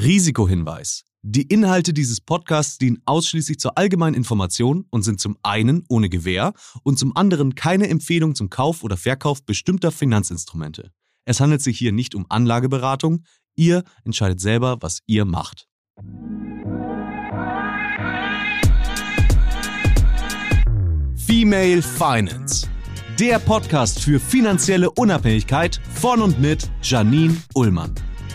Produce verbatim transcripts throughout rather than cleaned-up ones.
Risikohinweis. Die Inhalte dieses Podcasts dienen ausschließlich zur allgemeinen Information und sind zum einen ohne Gewähr und zum anderen keine Empfehlung zum Kauf oder Verkauf bestimmter Finanzinstrumente. Es handelt sich hier nicht um Anlageberatung. Ihr entscheidet selber, was ihr macht. Female Finance. Der Podcast für finanzielle Unabhängigkeit von und mit Janine Ullmann.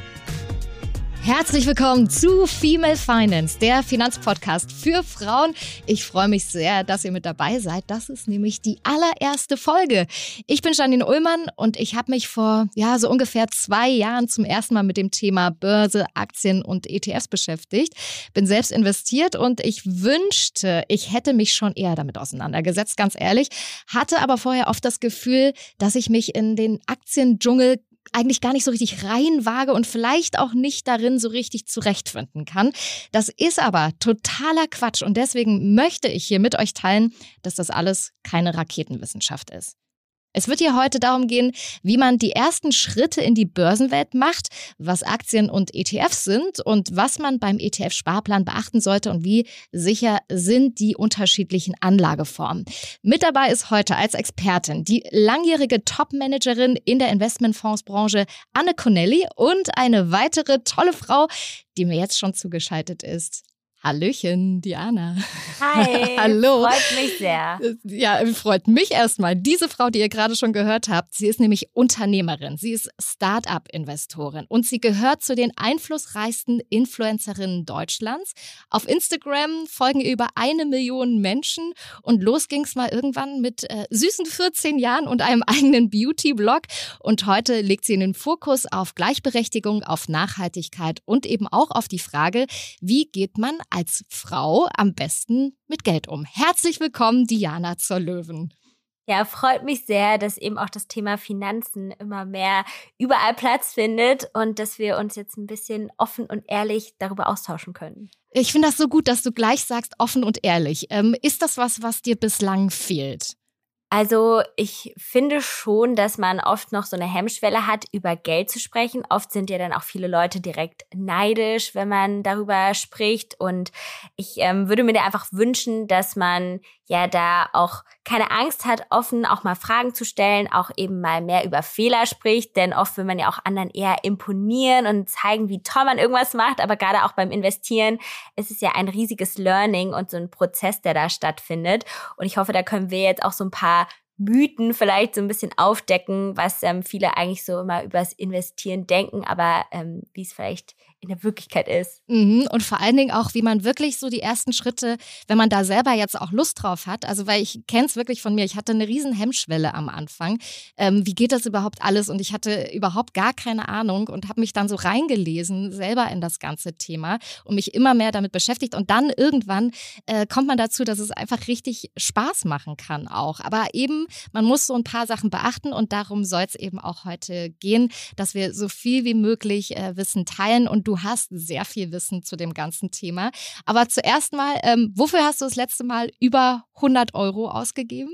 Herzlich willkommen zu Female Finance, der Finanzpodcast für Frauen. Ich freue mich sehr, dass ihr mit dabei seid. Das ist nämlich die allererste Folge. Ich bin Janine Ullmann und ich habe mich vor ja so ungefähr zwei Jahren zum ersten Mal mit dem Thema Börse, Aktien und E T Fs beschäftigt. Bin selbst investiert und ich wünschte, ich hätte mich schon eher damit auseinandergesetzt, ganz ehrlich. Hatte aber vorher oft das Gefühl, dass ich mich in den Aktiendschungel eigentlich gar nicht so richtig reinwage und vielleicht auch nicht darin so richtig zurechtfinden kann. Das ist aber totaler Quatsch und deswegen möchte ich hier mit euch teilen, dass das alles keine Raketenwissenschaft ist. Es wird hier heute darum gehen, wie man die ersten Schritte in die Börsenwelt macht, was Aktien und E T Fs sind und was man beim E T F-Sparplan beachten sollte und wie sicher sind die unterschiedlichen Anlageformen. Mit dabei ist heute als Expertin die langjährige Top-Managerin in der Investmentfondsbranche Anne Connelly und eine weitere tolle Frau, die mir jetzt schon zugeschaltet ist. Hallöchen, Diana. Hi, hallo. Freut mich sehr. Ja, freut mich erstmal. Diese Frau, die ihr gerade schon gehört habt, sie ist nämlich Unternehmerin. Sie ist Start-up-Investorin und sie gehört zu den einflussreichsten Influencerinnen Deutschlands. Auf Instagram folgen ihr über eine Million Menschen und los ging's mal irgendwann mit äh, süßen vierzehn Jahren und einem eigenen Beauty-Blog. Und heute legt sie den Fokus auf Gleichberechtigung, auf Nachhaltigkeit und eben auch auf die Frage, wie geht man als Frau am besten mit Geld um. Herzlich willkommen, Diana zur Löwen. Ja, freut mich sehr, dass eben auch das Thema Finanzen immer mehr überall Platz findet und dass wir uns jetzt ein bisschen offen und ehrlich darüber austauschen können. Ich finde das so gut, dass du gleich sagst, offen und ehrlich. Ähm, ist das was, was dir bislang fehlt? Also ich finde schon, dass man oft noch so eine Hemmschwelle hat, über Geld zu sprechen. Oft sind ja dann auch viele Leute direkt neidisch, wenn man darüber spricht. Und ich ähm, würde mir da einfach wünschen, dass man ja da auch keine Angst hat, offen auch mal Fragen zu stellen, auch eben mal mehr über Fehler spricht. Denn oft will man ja auch anderen eher imponieren und zeigen, wie toll man irgendwas macht. Aber gerade auch beim Investieren ist es ja ein riesiges Learning und so ein Prozess, der da stattfindet. Und ich hoffe, da können wir jetzt auch so ein paar Mythen vielleicht so ein bisschen aufdecken, was ähm, viele eigentlich so immer übers Investieren denken, aber ähm, wie es vielleicht in der Wirklichkeit ist. Mhm. Und vor allen Dingen auch, wie man wirklich so die ersten Schritte, wenn man da selber jetzt auch Lust drauf hat, also weil ich kenne es wirklich von mir, ich hatte eine riesen Hemmschwelle am Anfang. Ähm, wie geht das überhaupt alles? Und ich hatte überhaupt gar keine Ahnung und habe mich dann so reingelesen, selber in das ganze Thema und mich immer mehr damit beschäftigt. Und dann irgendwann äh, kommt man dazu, dass es einfach richtig Spaß machen kann auch. Aber eben, man muss so ein paar Sachen beachten und darum soll es eben auch heute gehen, dass wir so viel wie möglich äh, Wissen teilen und du hast sehr viel Wissen zu dem ganzen Thema. Aber zuerst mal, ähm, wofür hast du das letzte Mal über hundert Euro ausgegeben?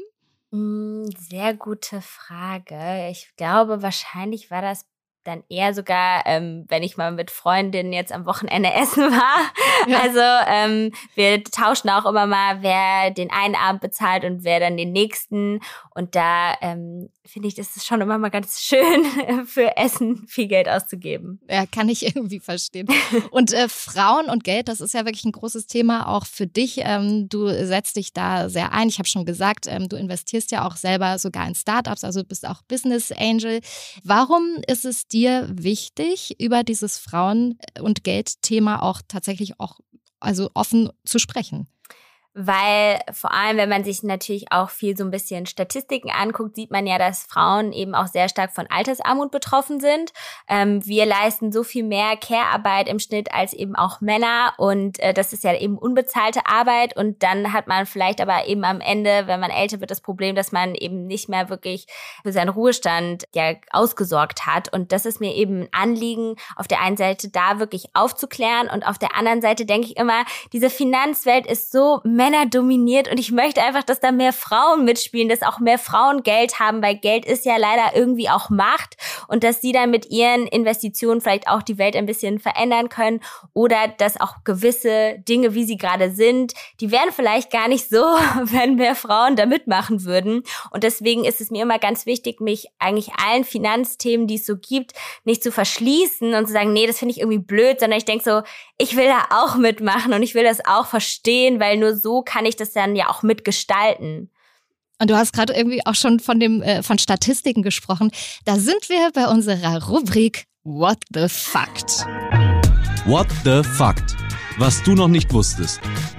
Sehr gute Frage. Ich glaube, wahrscheinlich war das dann eher sogar, ähm, wenn ich mal mit Freundinnen jetzt am Wochenende essen war. Ja. Also ähm, wir tauschen auch immer mal, wer den einen Abend bezahlt und wer dann den nächsten. Und da ähm, finde ich, das ist schon immer mal ganz schön, für Essen viel Geld auszugeben. Ja, kann ich irgendwie verstehen. Und äh, Frauen und Geld, das ist ja wirklich ein großes Thema auch für dich. Ähm, du setzt dich da sehr ein. Ich habe schon gesagt, ähm, du investierst ja auch selber sogar in Startups, also du bist auch Business Angel. Warum ist es dir wichtig, über dieses Frauen- und Geld-Thema auch tatsächlich auch also offen zu sprechen? Weil vor allem, wenn man sich natürlich auch viel so ein bisschen Statistiken anguckt, sieht man ja, dass Frauen eben auch sehr stark von Altersarmut betroffen sind. Ähm, wir leisten so viel mehr Care-Arbeit im Schnitt als eben auch Männer und äh, das ist ja eben unbezahlte Arbeit und dann hat man vielleicht aber eben am Ende, wenn man älter wird, das Problem, dass man eben nicht mehr wirklich für seinen Ruhestand ja ausgesorgt hat und das ist mir eben ein Anliegen, auf der einen Seite da wirklich aufzuklären und auf der anderen Seite denke ich immer, diese Finanzwelt ist so Männer dominiert und ich möchte einfach, dass da mehr Frauen mitspielen, dass auch mehr Frauen Geld haben, weil Geld ist ja leider irgendwie auch Macht und dass sie dann mit ihren Investitionen vielleicht auch die Welt ein bisschen verändern können oder dass auch gewisse Dinge, wie sie gerade sind, die wären vielleicht gar nicht so, wenn mehr Frauen da mitmachen würden. Und deswegen ist es mir immer ganz wichtig, mich eigentlich allen Finanzthemen, die es so gibt, nicht zu verschließen und zu sagen, nee, das finde ich irgendwie blöd, sondern ich denke so, ich will da auch mitmachen und ich will das auch verstehen, weil nur so kann ich das dann ja auch mitgestalten. Und du hast gerade irgendwie auch schon von dem äh, von Statistiken gesprochen. Da sind wir bei unserer Rubrik What the Fact. What the Fact? Was du noch nicht wusstest.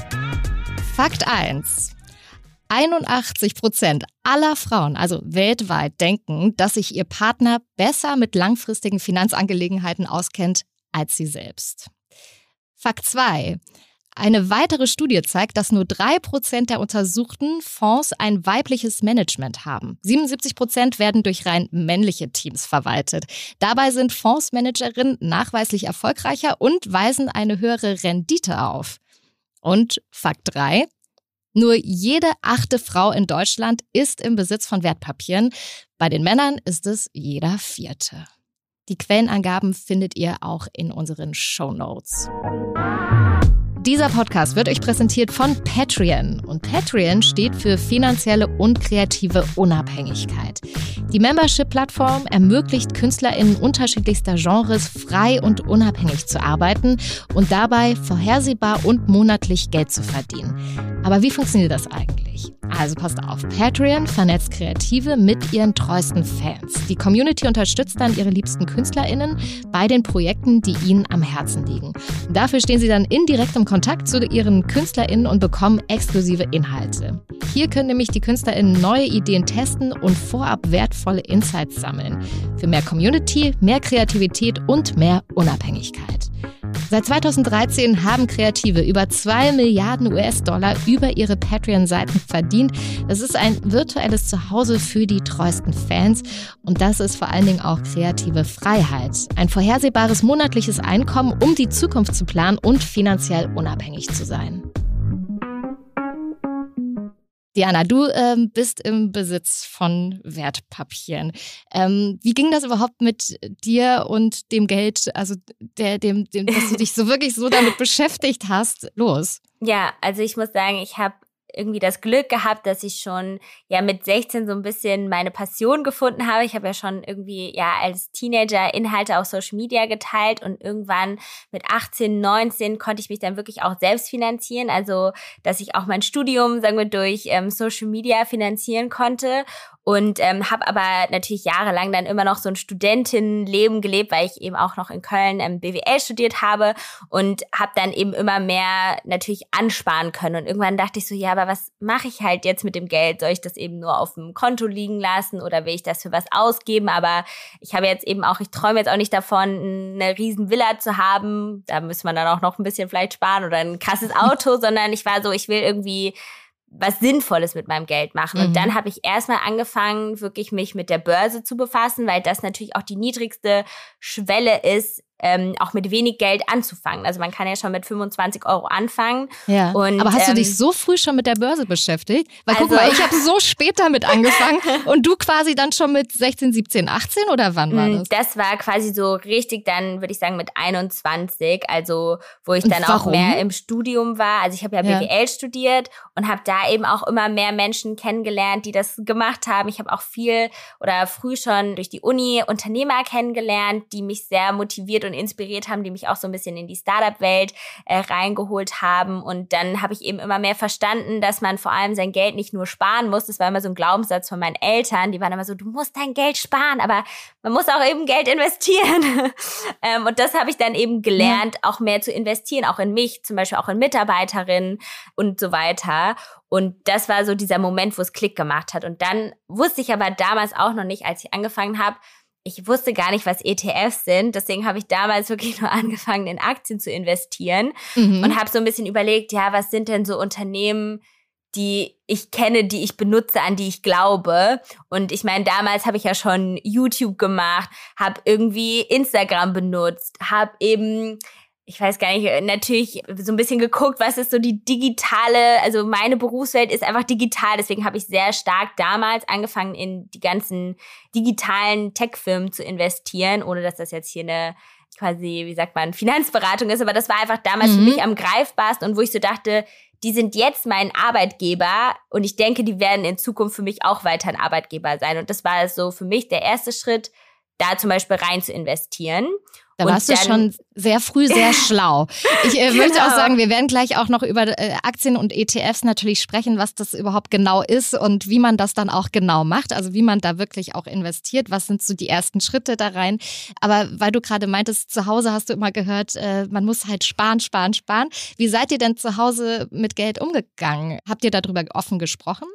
Fakt eins. einundachtzig Prozent aller Frauen, also weltweit, denken, dass sich ihr Partner besser mit langfristigen Finanzangelegenheiten auskennt als sie selbst. Fakt zwei. Eine weitere Studie zeigt, dass nur drei Prozent der untersuchten Fonds ein weibliches Management haben. siebenundsiebzig Prozent werden durch rein männliche Teams verwaltet. Dabei sind Fondsmanagerinnen nachweislich erfolgreicher und weisen eine höhere Rendite auf. Und Fakt drei. Nur jede achte Frau in Deutschland ist im Besitz von Wertpapieren. Bei den Männern ist es jeder vierte. Die Quellenangaben findet ihr auch in unseren Shownotes. Dieser Podcast wird euch präsentiert von Patreon. Und Patreon steht für finanzielle und kreative Unabhängigkeit. Die Membership-Plattform ermöglicht KünstlerInnen unterschiedlichster Genres frei und unabhängig zu arbeiten und dabei vorhersehbar und monatlich Geld zu verdienen. Aber wie funktioniert das eigentlich? Also passt auf, Patreon vernetzt Kreative mit ihren treuesten Fans. Die Community unterstützt dann ihre liebsten KünstlerInnen bei den Projekten, die ihnen am Herzen liegen. Und dafür stehen sie dann in direktem Kontakt zu ihren KünstlerInnen und bekommen exklusive Inhalte. Hier können nämlich die KünstlerInnen neue Ideen testen und vorab wertvolle Insights sammeln. Für mehr Community, mehr Kreativität und mehr Unabhängigkeit. Seit zweitausenddreizehn haben Kreative über zwei Milliarden U S-Dollar über ihre Patreon-Seiten verdient. Das ist ein virtuelles Zuhause für die treuesten Fans. Und das ist vor allen Dingen auch kreative Freiheit. Ein vorhersehbares monatliches Einkommen, um die Zukunft zu planen und finanziell unabhängig zu sein. Diana, du ähm, bist im Besitz von Wertpapieren. Ähm, wie ging das überhaupt mit dir und dem Geld, also der, dem, dem, dass du dich so wirklich so damit beschäftigt hast, los? Ja, also ich muss sagen, ich habe irgendwie das Glück gehabt, dass ich schon ja mit sechzehn so ein bisschen meine Passion gefunden habe. Ich habe ja schon irgendwie ja als Teenager Inhalte auf Social Media geteilt und irgendwann mit achtzehn, neunzehn konnte ich mich dann wirklich auch selbst finanzieren. Also, dass ich auch mein Studium, sagen wir, durch ähm, Social Media finanzieren konnte. Und ähm, habe aber natürlich jahrelang dann immer noch so ein Studentinnenleben gelebt, weil ich eben auch noch in Köln ähm, B W L studiert habe und habe dann eben immer mehr natürlich ansparen können. Und irgendwann dachte ich so, ja, aber was mache ich halt jetzt mit dem Geld? Soll ich das eben nur auf dem Konto liegen lassen oder will ich das für was ausgeben? Aber ich habe jetzt eben auch, ich träume jetzt auch nicht davon, eine riesen Villa zu haben. Da muss man dann auch noch ein bisschen vielleicht sparen oder ein krasses Auto, sondern ich war so, ich will irgendwie was Sinnvolles mit meinem Geld machen. Und mhm. dann habe ich erstmal angefangen, wirklich mich mit der Börse zu befassen, weil das natürlich auch die niedrigste Schwelle ist, ähm, auch mit wenig Geld anzufangen. Also man kann ja schon mit fünfundzwanzig Euro anfangen. Ja. Und, aber hast ähm, du dich so früh schon mit der Börse beschäftigt? Weil also, guck mal, ich habe so spät damit angefangen und du quasi dann schon mit sechzehn, siebzehn, achtzehn oder wann war das? Das war quasi so richtig dann, würde ich sagen, mit einundzwanzig, also wo ich dann auch mehr im Studium war. Also ich habe ja B W L ja. studiert und habe da eben auch immer mehr Menschen kennengelernt, die das gemacht haben. Ich habe auch viel oder früh schon durch die Uni Unternehmer kennengelernt, die mich sehr motiviert und inspiriert haben, die mich auch so ein bisschen in die Startup-Welt äh, reingeholt haben. Und dann habe ich eben immer mehr verstanden, dass man vor allem sein Geld nicht nur sparen muss. Das war immer so ein Glaubenssatz von meinen Eltern. Die waren immer so, du musst dein Geld sparen, aber man muss auch eben Geld investieren. ähm, und das habe ich dann eben gelernt, ja. auch mehr zu investieren, auch in mich, zum Beispiel auch in Mitarbeiterinnen und so weiter. Und das war so dieser Moment, wo es Klick gemacht hat. Und dann wusste ich aber damals auch noch nicht, als ich angefangen habe, ich wusste gar nicht, was E T Fs sind. Deswegen habe ich damals wirklich nur angefangen, in Aktien zu investieren mhm. und habe so ein bisschen überlegt, ja, was sind denn so Unternehmen, die ich kenne, die ich benutze, an die ich glaube. Und ich meine, damals habe ich ja schon YouTube gemacht, habe irgendwie Instagram benutzt, habe eben ich weiß gar nicht, natürlich so ein bisschen geguckt, was ist so die digitale, also meine Berufswelt ist einfach digital, deswegen habe ich sehr stark damals angefangen, in die ganzen digitalen Tech-Firmen zu investieren, ohne dass das jetzt hier eine quasi, wie sagt man, Finanzberatung ist, aber das war einfach damals mhm. für mich am greifbarsten und wo ich so dachte, die sind jetzt mein Arbeitgeber und ich denke, die werden in Zukunft für mich auch weiter ein Arbeitgeber sein. Und das war so für mich der erste Schritt, da zum Beispiel rein zu investieren. Da warst du schon sehr früh sehr schlau. Ich äh, genau. möchte auch sagen, wir werden gleich auch noch über äh, Aktien und E T Fs natürlich sprechen, was das überhaupt genau ist und wie man das dann auch genau macht, also wie man da wirklich auch investiert, was sind so die ersten Schritte da rein. Aber weil du gerade meintest, zu Hause hast du immer gehört, äh, man muss halt sparen, sparen, sparen. Wie seid ihr denn zu Hause mit Geld umgegangen? Habt ihr darüber offen gesprochen?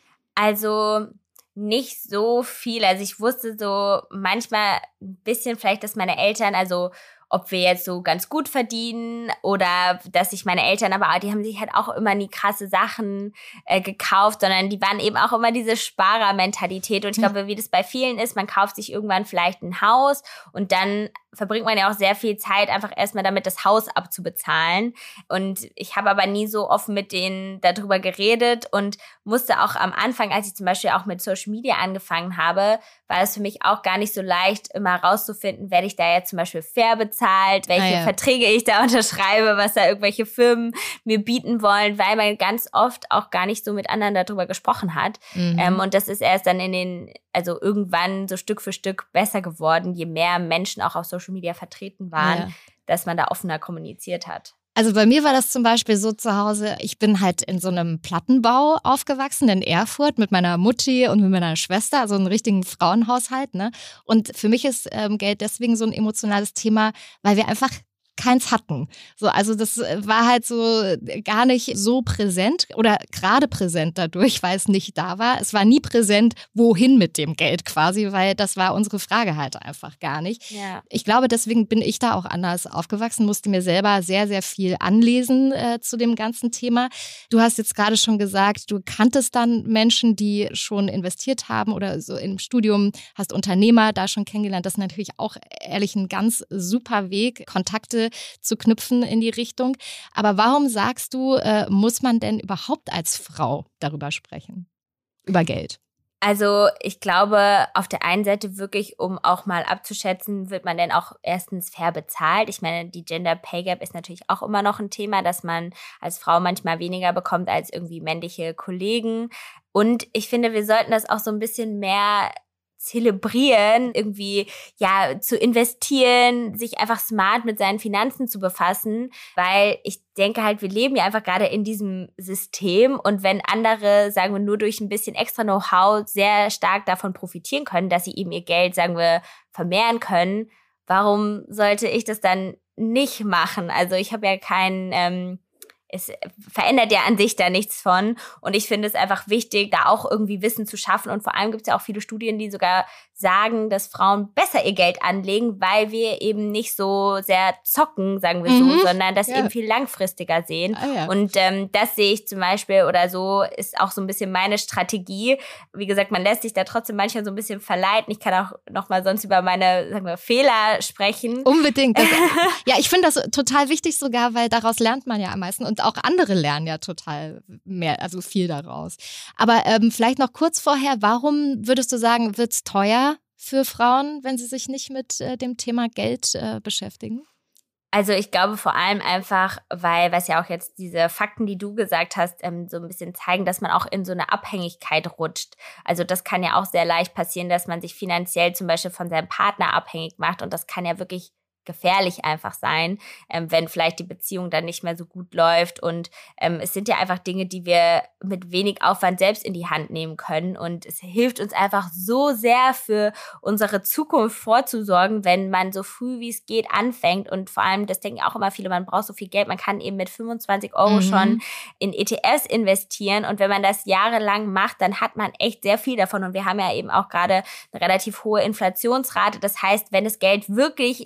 Also nicht so viel. Also ich wusste so manchmal ein bisschen vielleicht, dass meine Eltern, also ob wir jetzt so ganz gut verdienen oder dass sich meine Eltern, aber die haben sich halt auch immer nie krasse Sachen äh, gekauft, sondern die waren eben auch immer diese Sparermentalität. Und ich glaube, wie das bei vielen ist, man kauft sich irgendwann vielleicht ein Haus und dann verbringt man ja auch sehr viel Zeit einfach erstmal damit, das Haus abzubezahlen. Und ich habe aber nie so offen mit denen darüber geredet und musste auch am Anfang, als ich zum Beispiel auch mit Social Media angefangen habe, war es für mich auch gar nicht so leicht, immer rauszufinden, werde ich da jetzt zum Beispiel fair bezahlt, welche ah, ja. Verträge ich da unterschreibe, was da irgendwelche Firmen mir bieten wollen, weil man ganz oft auch gar nicht so mit anderen darüber gesprochen hat. Mhm. Ähm, und das ist erst dann in den, also irgendwann so Stück für Stück besser geworden, je mehr Menschen auch auf Social Media vertreten waren, ja. dass man da offener kommuniziert hat. Also bei mir war das zum Beispiel so zu Hause, ich bin halt in so einem Plattenbau aufgewachsen in Erfurt mit meiner Mutti und mit meiner Schwester, also einen richtigen Frauenhaushalt, ne? Und für mich ist ähm, Geld deswegen so ein emotionales Thema, weil wir einfach keins hatten. So, also das war halt so gar nicht so präsent oder gerade präsent dadurch, weil es nicht da war. Es war nie präsent, wohin mit dem Geld quasi, weil das war unsere Frage halt einfach gar nicht. Ja. Ich glaube, deswegen bin ich da auch anders aufgewachsen, musste mir selber sehr, sehr viel anlesen äh, zu dem ganzen Thema. Du hast jetzt gerade schon gesagt, du kanntest dann Menschen, die schon investiert haben oder so im Studium, hast Unternehmer da schon kennengelernt. Das ist natürlich auch ehrlich ein ganz super Weg, Kontakte zu knüpfen in die Richtung. Aber warum sagst du, äh, muss man denn überhaupt als Frau darüber sprechen? Über Geld? Also ich glaube, auf der einen Seite wirklich, um auch mal abzuschätzen, wird man denn auch erstens fair bezahlt. Ich meine, die Gender Pay Gap ist natürlich auch immer noch ein Thema, dass man als Frau manchmal weniger bekommt als irgendwie männliche Kollegen. Und ich finde, wir sollten das auch so ein bisschen mehr zelebrieren, irgendwie ja zu investieren, sich einfach smart mit seinen Finanzen zu befassen, weil ich denke halt, wir leben ja einfach gerade in diesem System und wenn andere, sagen wir, nur durch ein bisschen extra Know-how sehr stark davon profitieren können, dass sie eben ihr Geld, sagen wir, vermehren können, warum sollte ich das dann nicht machen? Also ich habe ja keinen ähm, es verändert ja an sich da nichts von. Und ich finde es einfach wichtig, da auch irgendwie Wissen zu schaffen. Und vor allem gibt es ja auch viele Studien, die sogar sagen, dass Frauen besser ihr Geld anlegen, weil wir eben nicht so sehr zocken, sagen wir mhm. so, sondern das ja. eben viel langfristiger sehen. Ah, ja. Und ähm, das sehe ich zum Beispiel oder so ist auch so ein bisschen meine Strategie. Wie gesagt, man lässt sich da trotzdem manchmal so ein bisschen verleiten. Ich kann auch noch mal sonst über meine, sagen wir, Fehler sprechen. Unbedingt. Das, ja, ich finde das total wichtig sogar, weil daraus lernt man ja am meisten. Und auch andere lernen ja total mehr, also viel daraus. Aber ähm, vielleicht noch kurz vorher, warum würdest du sagen, wird es teuer für Frauen, wenn sie sich nicht mit äh, dem Thema Geld äh, beschäftigen? Also ich glaube vor allem einfach, weil, was ja auch jetzt diese Fakten, die du gesagt hast, ähm, so ein bisschen zeigen, dass man auch in so eine Abhängigkeit rutscht. Also das kann ja auch sehr leicht passieren, dass man sich finanziell zum Beispiel von seinem Partner abhängig macht und das kann ja wirklich gefährlich einfach sein, ähm, wenn vielleicht die Beziehung dann nicht mehr so gut läuft. Und ähm, es sind ja einfach Dinge, die wir mit wenig Aufwand selbst in die Hand nehmen können. Und es hilft uns einfach so sehr für unsere Zukunft vorzusorgen, wenn man so früh wie es geht anfängt. Und vor allem, das denken auch immer viele, man braucht so viel Geld. Man kann eben mit fünfundzwanzig Euro mhm. schon in E T Fs investieren. Und wenn man das jahrelang macht, dann hat man echt sehr viel davon. Und wir haben ja eben auch gerade eine relativ hohe Inflationsrate. Das heißt, wenn das Geld wirklich einfach nur auf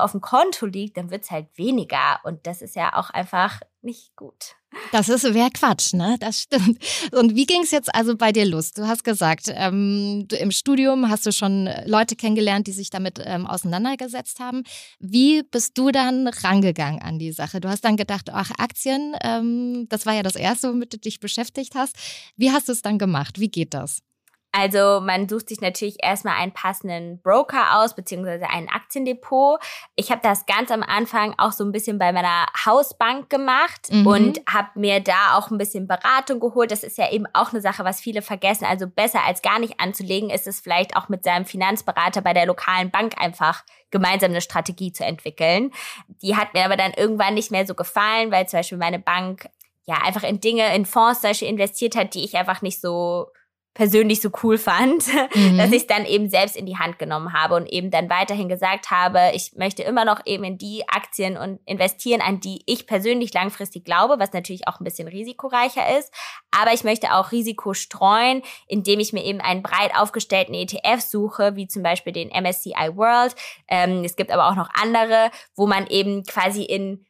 auf dem Konto liegt, dann wird es halt weniger. Und das ist ja auch einfach nicht gut. Das ist wäre Quatsch, ne? Das stimmt. Und wie ging es jetzt also bei dir los? Du hast gesagt, ähm, du, im Studium hast du schon Leute kennengelernt, die sich damit ähm, auseinandergesetzt haben. Wie bist du dann rangegangen an die Sache? Du hast dann gedacht, ach, Aktien, ähm, das war ja das Erste, womit du dich beschäftigt hast. Wie hast du es dann gemacht? Wie geht das? Also man sucht sich natürlich erstmal einen passenden Broker aus, beziehungsweise ein Aktiendepot. Ich habe das ganz am Anfang auch so ein bisschen bei meiner Hausbank gemacht mhm. und habe mir da auch ein bisschen Beratung geholt. Das ist ja eben auch eine Sache, was viele vergessen. Also besser als gar nicht anzulegen, ist es vielleicht auch mit seinem Finanzberater bei der lokalen Bank einfach gemeinsam eine Strategie zu entwickeln. Die hat mir aber dann irgendwann nicht mehr so gefallen, weil zum Beispiel meine Bank ja einfach in Dinge, in Fonds zum Beispiel investiert hat, die ich einfach nicht so persönlich so cool fand, mhm. dass ich es dann eben selbst in die Hand genommen habe und eben dann weiterhin gesagt habe, ich möchte immer noch eben in die Aktien und investieren, an die ich persönlich langfristig glaube, was natürlich auch ein bisschen risikoreicher ist. Aber ich möchte auch Risiko streuen, indem ich mir eben einen breit aufgestellten E T F suche, wie zum Beispiel den M S C I World. Ähm, es gibt aber auch noch andere, wo man eben quasi in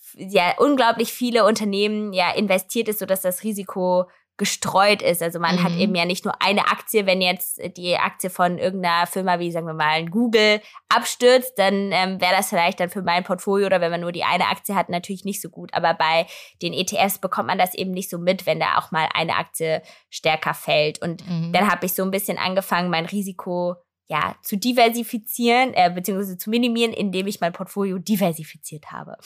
ja unglaublich viele Unternehmen ja investiert ist, sodass das Risiko gestreut ist. Also man mhm. hat eben ja nicht nur eine Aktie. Wenn jetzt die Aktie von irgendeiner Firma wie, sagen wir mal, Google abstürzt, dann ähm, wäre das vielleicht dann für mein Portfolio oder wenn man nur die eine Aktie hat, natürlich nicht so gut. Aber bei den E T Fs bekommt man das eben nicht so mit, wenn da auch mal eine Aktie stärker fällt. Und mhm. dann habe ich so ein bisschen angefangen, mein Risiko ja, zu diversifizieren, äh, beziehungsweise zu minimieren, indem ich mein Portfolio diversifiziert habe.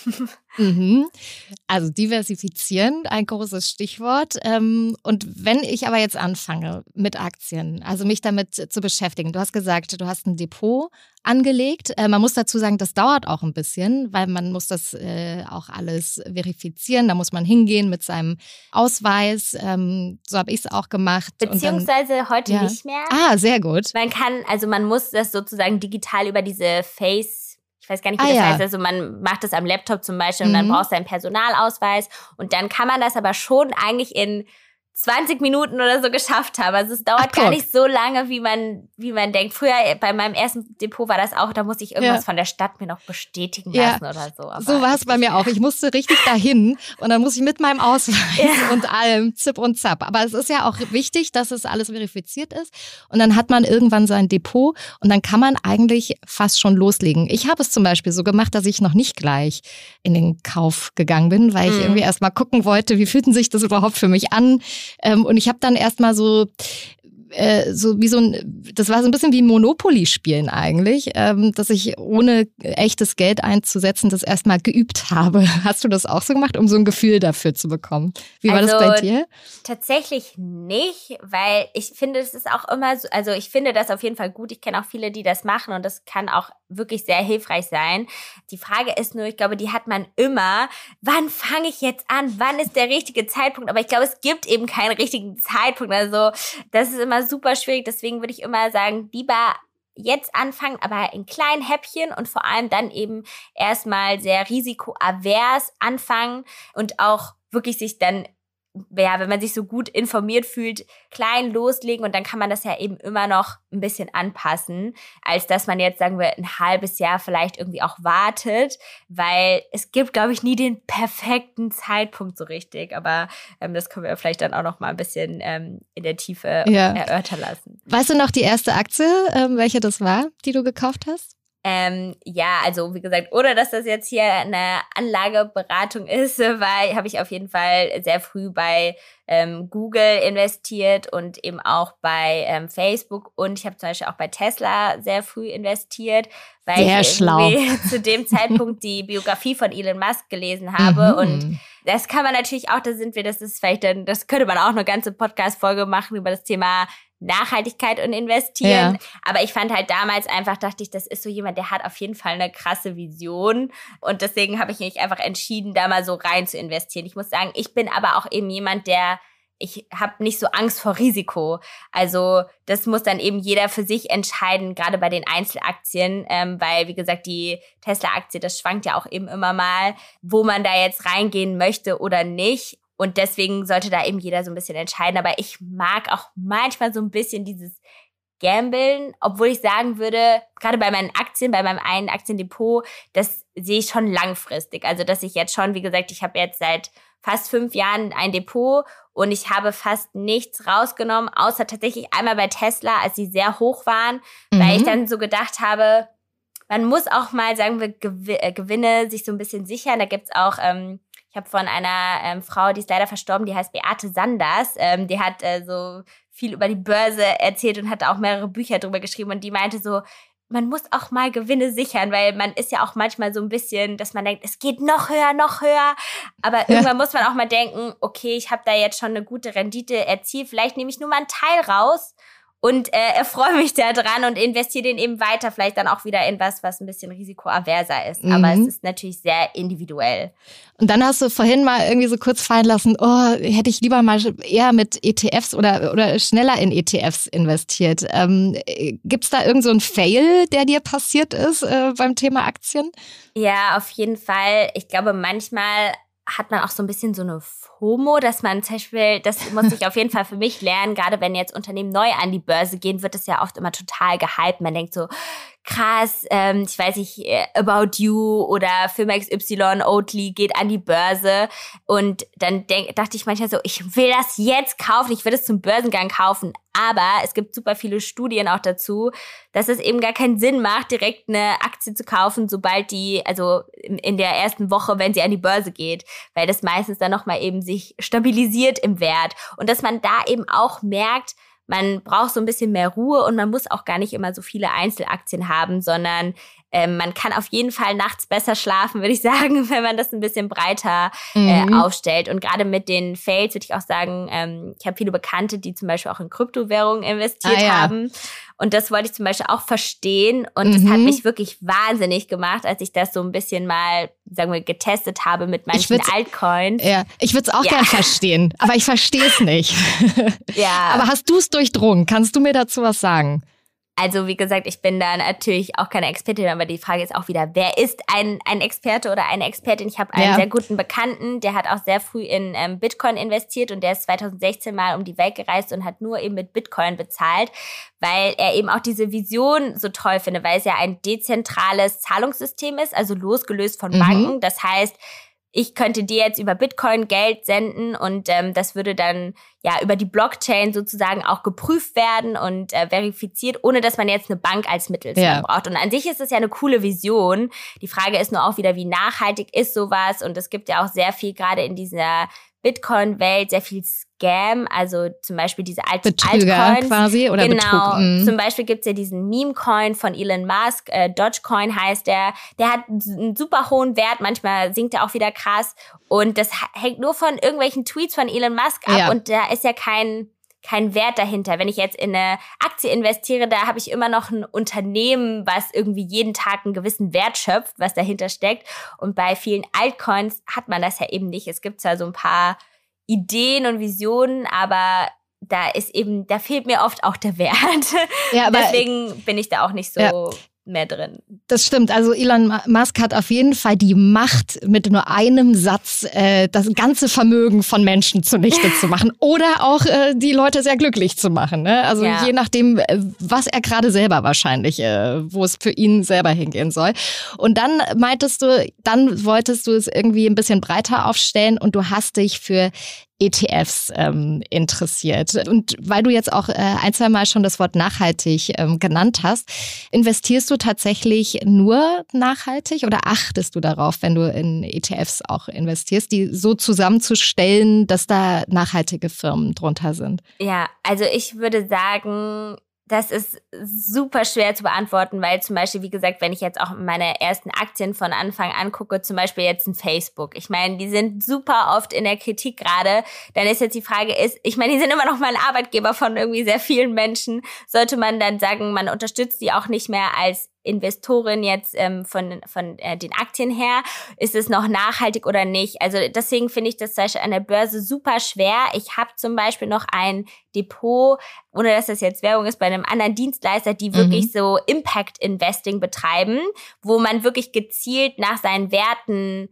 Mhm. Also diversifizieren, ein großes Stichwort. Ähm, und wenn ich aber jetzt anfange mit Aktien, also mich damit zu beschäftigen, du hast gesagt, du hast ein Depot angelegt. Äh, man muss dazu sagen, das dauert auch ein bisschen, weil man muss das äh, auch alles verifizieren. Da muss man hingehen mit seinem Ausweis. Ähm, so habe ich es auch gemacht. Beziehungsweise dann, heute ja. nicht mehr. Ah, sehr gut. Man kann, also man muss das sozusagen digital über diese Face, ich weiß gar nicht, wie ah, das ja. heißt, also man macht das am Laptop zum Beispiel mhm. und dann brauchst du einen Personalausweis und dann kann man das aber schon eigentlich in zwanzig Minuten oder so geschafft haben. Also es dauert Ach, gar nicht so lange, wie man wie man denkt. Früher bei meinem ersten Depot war das auch, da musste ich irgendwas ja. von der Stadt mir noch bestätigen lassen ja. oder so. Aber so war es bei mir auch. Ich musste richtig dahin und dann muss ich mit meinem Ausweis ja. und allem Zip und Zap. Aber es ist ja auch wichtig, dass es alles verifiziert ist. Und dann hat man irgendwann sein Depot und dann kann man eigentlich fast schon loslegen. Ich habe es zum Beispiel so gemacht, dass ich noch nicht gleich in den Kauf gegangen bin, weil ich mhm. irgendwie erst mal gucken wollte, wie fühlt sich das überhaupt für mich an. Ähm, und ich habe dann erstmal so, äh, so wie so ein, das war so ein bisschen wie Monopoly spielen eigentlich, ähm, dass ich ohne echtes Geld einzusetzen das erstmal geübt habe. Hast du das auch so gemacht, um so ein Gefühl dafür zu bekommen? Wie war also, das bei dir? Tatsächlich nicht, weil ich finde, es ist auch immer so, also ich finde das auf jeden Fall gut. Ich kenne auch viele, die das machen und das kann auch wirklich sehr hilfreich sein. Die Frage ist nur, ich glaube, die hat man immer, wann fange ich jetzt an? Wann ist der richtige Zeitpunkt? Aber ich glaube, es gibt eben keinen richtigen Zeitpunkt. Also das ist immer super schwierig. Deswegen würde ich immer sagen, lieber jetzt anfangen, aber in kleinen Häppchen und vor allem dann eben erstmal sehr risikoavers anfangen und auch wirklich sich dann, ja, wenn man sich so gut informiert fühlt, klein loslegen und dann kann man das ja eben immer noch ein bisschen anpassen, als dass man jetzt, sagen wir, ein halbes Jahr vielleicht irgendwie auch wartet, weil es gibt, glaube ich, nie den perfekten Zeitpunkt so richtig, aber ähm, das können wir vielleicht dann auch noch mal ein bisschen ähm, in der Tiefe ja. erörtern lassen. Weißt du noch die erste Aktie, ähm, welche das war, die du gekauft hast? Ähm, ja, also wie gesagt, ohne dass das jetzt hier eine Anlageberatung ist, weil habe ich auf jeden Fall sehr früh bei ähm, Google investiert und eben auch bei ähm, Facebook und ich habe zum Beispiel auch bei Tesla sehr früh investiert, weil sehr ich schlau. zu dem Zeitpunkt die Biografie von Elon Musk gelesen habe mhm. und das kann man natürlich auch, da sind wir, das ist vielleicht dann, das könnte man auch eine ganze Podcast-Folge machen über das Thema Nachhaltigkeit und investieren. Ja. Aber ich fand halt damals einfach, dachte ich, das ist so jemand, der hat auf jeden Fall eine krasse Vision. Und deswegen habe ich mich einfach entschieden, da mal so rein zu investieren. Ich muss sagen, ich bin aber auch eben jemand, der, ich habe nicht so Angst vor Risiko. Also das muss dann eben jeder für sich entscheiden, gerade bei den Einzelaktien, ähm, weil, wie gesagt, die Tesla-Aktie, das schwankt ja auch eben immer mal, wo man da jetzt reingehen möchte oder nicht. Und deswegen sollte da eben jeder so ein bisschen entscheiden. Aber ich mag auch manchmal so ein bisschen dieses gambeln, obwohl ich sagen würde, gerade bei meinen Aktien, bei meinem einen Aktiendepot, das sehe ich schon langfristig. Also dass ich jetzt schon, wie gesagt, ich habe jetzt seit fast fünf Jahren ein Depot und ich habe fast nichts rausgenommen, außer tatsächlich einmal bei Tesla, als sie sehr hoch waren, mhm. weil ich dann so gedacht habe, man muss auch mal, sagen wir, Gewinne sich so ein bisschen sichern. Da gibt's auch, ähm, ich habe von einer ähm, Frau, die ist leider verstorben, die heißt Beate Sanders, ähm, die hat äh, so viel über die Börse erzählt und hat auch mehrere Bücher drüber geschrieben und die meinte so, man muss auch mal Gewinne sichern, weil man ist ja auch manchmal so ein bisschen, dass man denkt, es geht noch höher, noch höher. Aber ja. irgendwann muss man auch mal denken, okay, ich habe da jetzt schon eine gute Rendite erzielt, vielleicht nehme ich nur mal einen Teil raus und äh, erfreue mich da dran und investiere den eben weiter, vielleicht dann auch wieder in was, was ein bisschen risikoaverser ist. Mhm. Aber es ist natürlich sehr individuell. Und dann hast du vorhin mal irgendwie so kurz fallen lassen, oh, hätte ich lieber mal eher mit E T Fs oder oder schneller in E T Fs investiert. Ähm, gibt's da irgend so einen Fail, der dir passiert ist äh, beim Thema Aktien? Ja, auf jeden Fall. Ich glaube, manchmal hat man auch so ein bisschen so eine FOMO, dass man zum Beispiel, das muss ich auf jeden Fall für mich lernen, gerade wenn jetzt Unternehmen neu an die Börse gehen, wird es ja oft immer total gehypt. Man denkt so, krass, ähm, ich weiß nicht, About You oder Firma X Y, Oatly geht an die Börse und dann denk, dachte ich manchmal so, ich will das jetzt kaufen, ich will das zum Börsengang kaufen, aber es gibt super viele Studien auch dazu, dass es eben gar keinen Sinn macht, direkt eine Aktie zu kaufen, sobald die, also in der ersten Woche, wenn sie an die Börse geht, weil das meistens dann nochmal eben sich stabilisiert im Wert und dass man da eben auch merkt, man braucht so ein bisschen mehr Ruhe und man muss auch gar nicht immer so viele Einzelaktien haben, sondern ähm, man kann auf jeden Fall nachts besser schlafen, würde ich sagen, wenn man das ein bisschen breiter äh, mhm. aufstellt. Und gerade mit den Fails würde ich auch sagen, ähm, ich habe viele Bekannte, die zum Beispiel auch in Kryptowährungen investiert ah, ja. haben. Und das wollte ich zum Beispiel auch verstehen. Und mhm. das hat mich wirklich wahnsinnig gemacht, als ich das so ein bisschen mal, sagen wir, getestet habe mit manchen Altcoins. Ja, ich würde es auch ja. gern verstehen, aber ich verstehe es nicht. Ja. Aber hast du es durchdrungen? Kannst du mir dazu was sagen? Also wie gesagt, ich bin da natürlich auch keine Expertin, aber die Frage ist auch wieder, wer ist ein ein Experte oder eine Expertin? Ich habe einen ja. sehr guten Bekannten, der hat auch sehr früh in ähm, Bitcoin investiert und der ist zwanzig sechzehn mal um die Welt gereist und hat nur eben mit Bitcoin bezahlt, weil er eben auch diese Vision so toll findet, weil es ja ein dezentrales Zahlungssystem ist, also losgelöst von mhm. Banken. Das heißt, ich könnte dir jetzt über Bitcoin Geld senden und ähm, das würde dann ja über die Blockchain sozusagen auch geprüft werden und äh, verifiziert, ohne dass man jetzt eine Bank als Mittelsmann ja. braucht. Und an sich ist es ja eine coole Vision. Die Frage ist nur auch wieder, wie nachhaltig ist sowas? Und es gibt ja auch sehr viel, gerade in dieser Bitcoin-Welt, sehr viel Scam, also zum Beispiel diese Alt- Betrüger Altcoins. quasi oder genau. Betrug. Mhm. Zum Beispiel gibt's ja diesen Meme-Coin von Elon Musk, äh, Dogecoin heißt der. Der hat einen super hohen Wert, manchmal sinkt er auch wieder krass. Und das hängt nur von irgendwelchen Tweets von Elon Musk ab ja. und da ist ja kein kein Wert dahinter. Wenn ich jetzt in eine Aktie investiere, da habe ich immer noch ein Unternehmen, was irgendwie jeden Tag einen gewissen Wert schöpft, was dahinter steckt. Und bei vielen Altcoins hat man das ja eben nicht. Es gibt zwar so ein paar Ideen und Visionen, aber da ist eben, da fehlt mir oft auch der Wert. Ja, aber deswegen bin ich da auch nicht so ja. mehr drin. Das stimmt. Also Elon Musk hat auf jeden Fall die Macht, mit nur einem Satz äh, das ganze Vermögen von Menschen zunichte zu machen oder auch äh, die Leute sehr glücklich zu machen. Ne? Also ja. je nachdem, was er gerade selber wahrscheinlich, äh, wo es für ihn selber hingehen soll. Und dann meintest du, dann wolltest du es irgendwie ein bisschen breiter aufstellen und du hast dich für E T Fs ähm, interessiert. Und weil du jetzt auch äh, ein, zwei Mal schon das Wort nachhaltig ähm, genannt hast, investierst du tatsächlich nur nachhaltig oder achtest du darauf, wenn du in E T Fs auch investierst, die so zusammenzustellen, dass da nachhaltige Firmen drunter sind? Ja, also ich würde sagen, das ist super schwer zu beantworten, weil zum Beispiel, wie gesagt, wenn ich jetzt auch meine ersten Aktien von Anfang an gucke, zum Beispiel jetzt ein Facebook. Ich meine, die sind super oft in der Kritik gerade. Dann ist jetzt die Frage ist, ich meine, die sind immer noch mal ein Arbeitgeber von irgendwie sehr vielen Menschen. Sollte man dann sagen, man unterstützt die auch nicht mehr als Investorin jetzt ähm, von von äh, den Aktien her, ist es noch nachhaltig oder nicht? Also deswegen finde ich das zum Beispiel an der Börse super schwer. Ich habe zum Beispiel noch ein Depot, ohne dass das jetzt Werbung ist, bei einem anderen Dienstleister, die wirklich mhm. so Impact Investing betreiben, wo man wirklich gezielt nach seinen Werten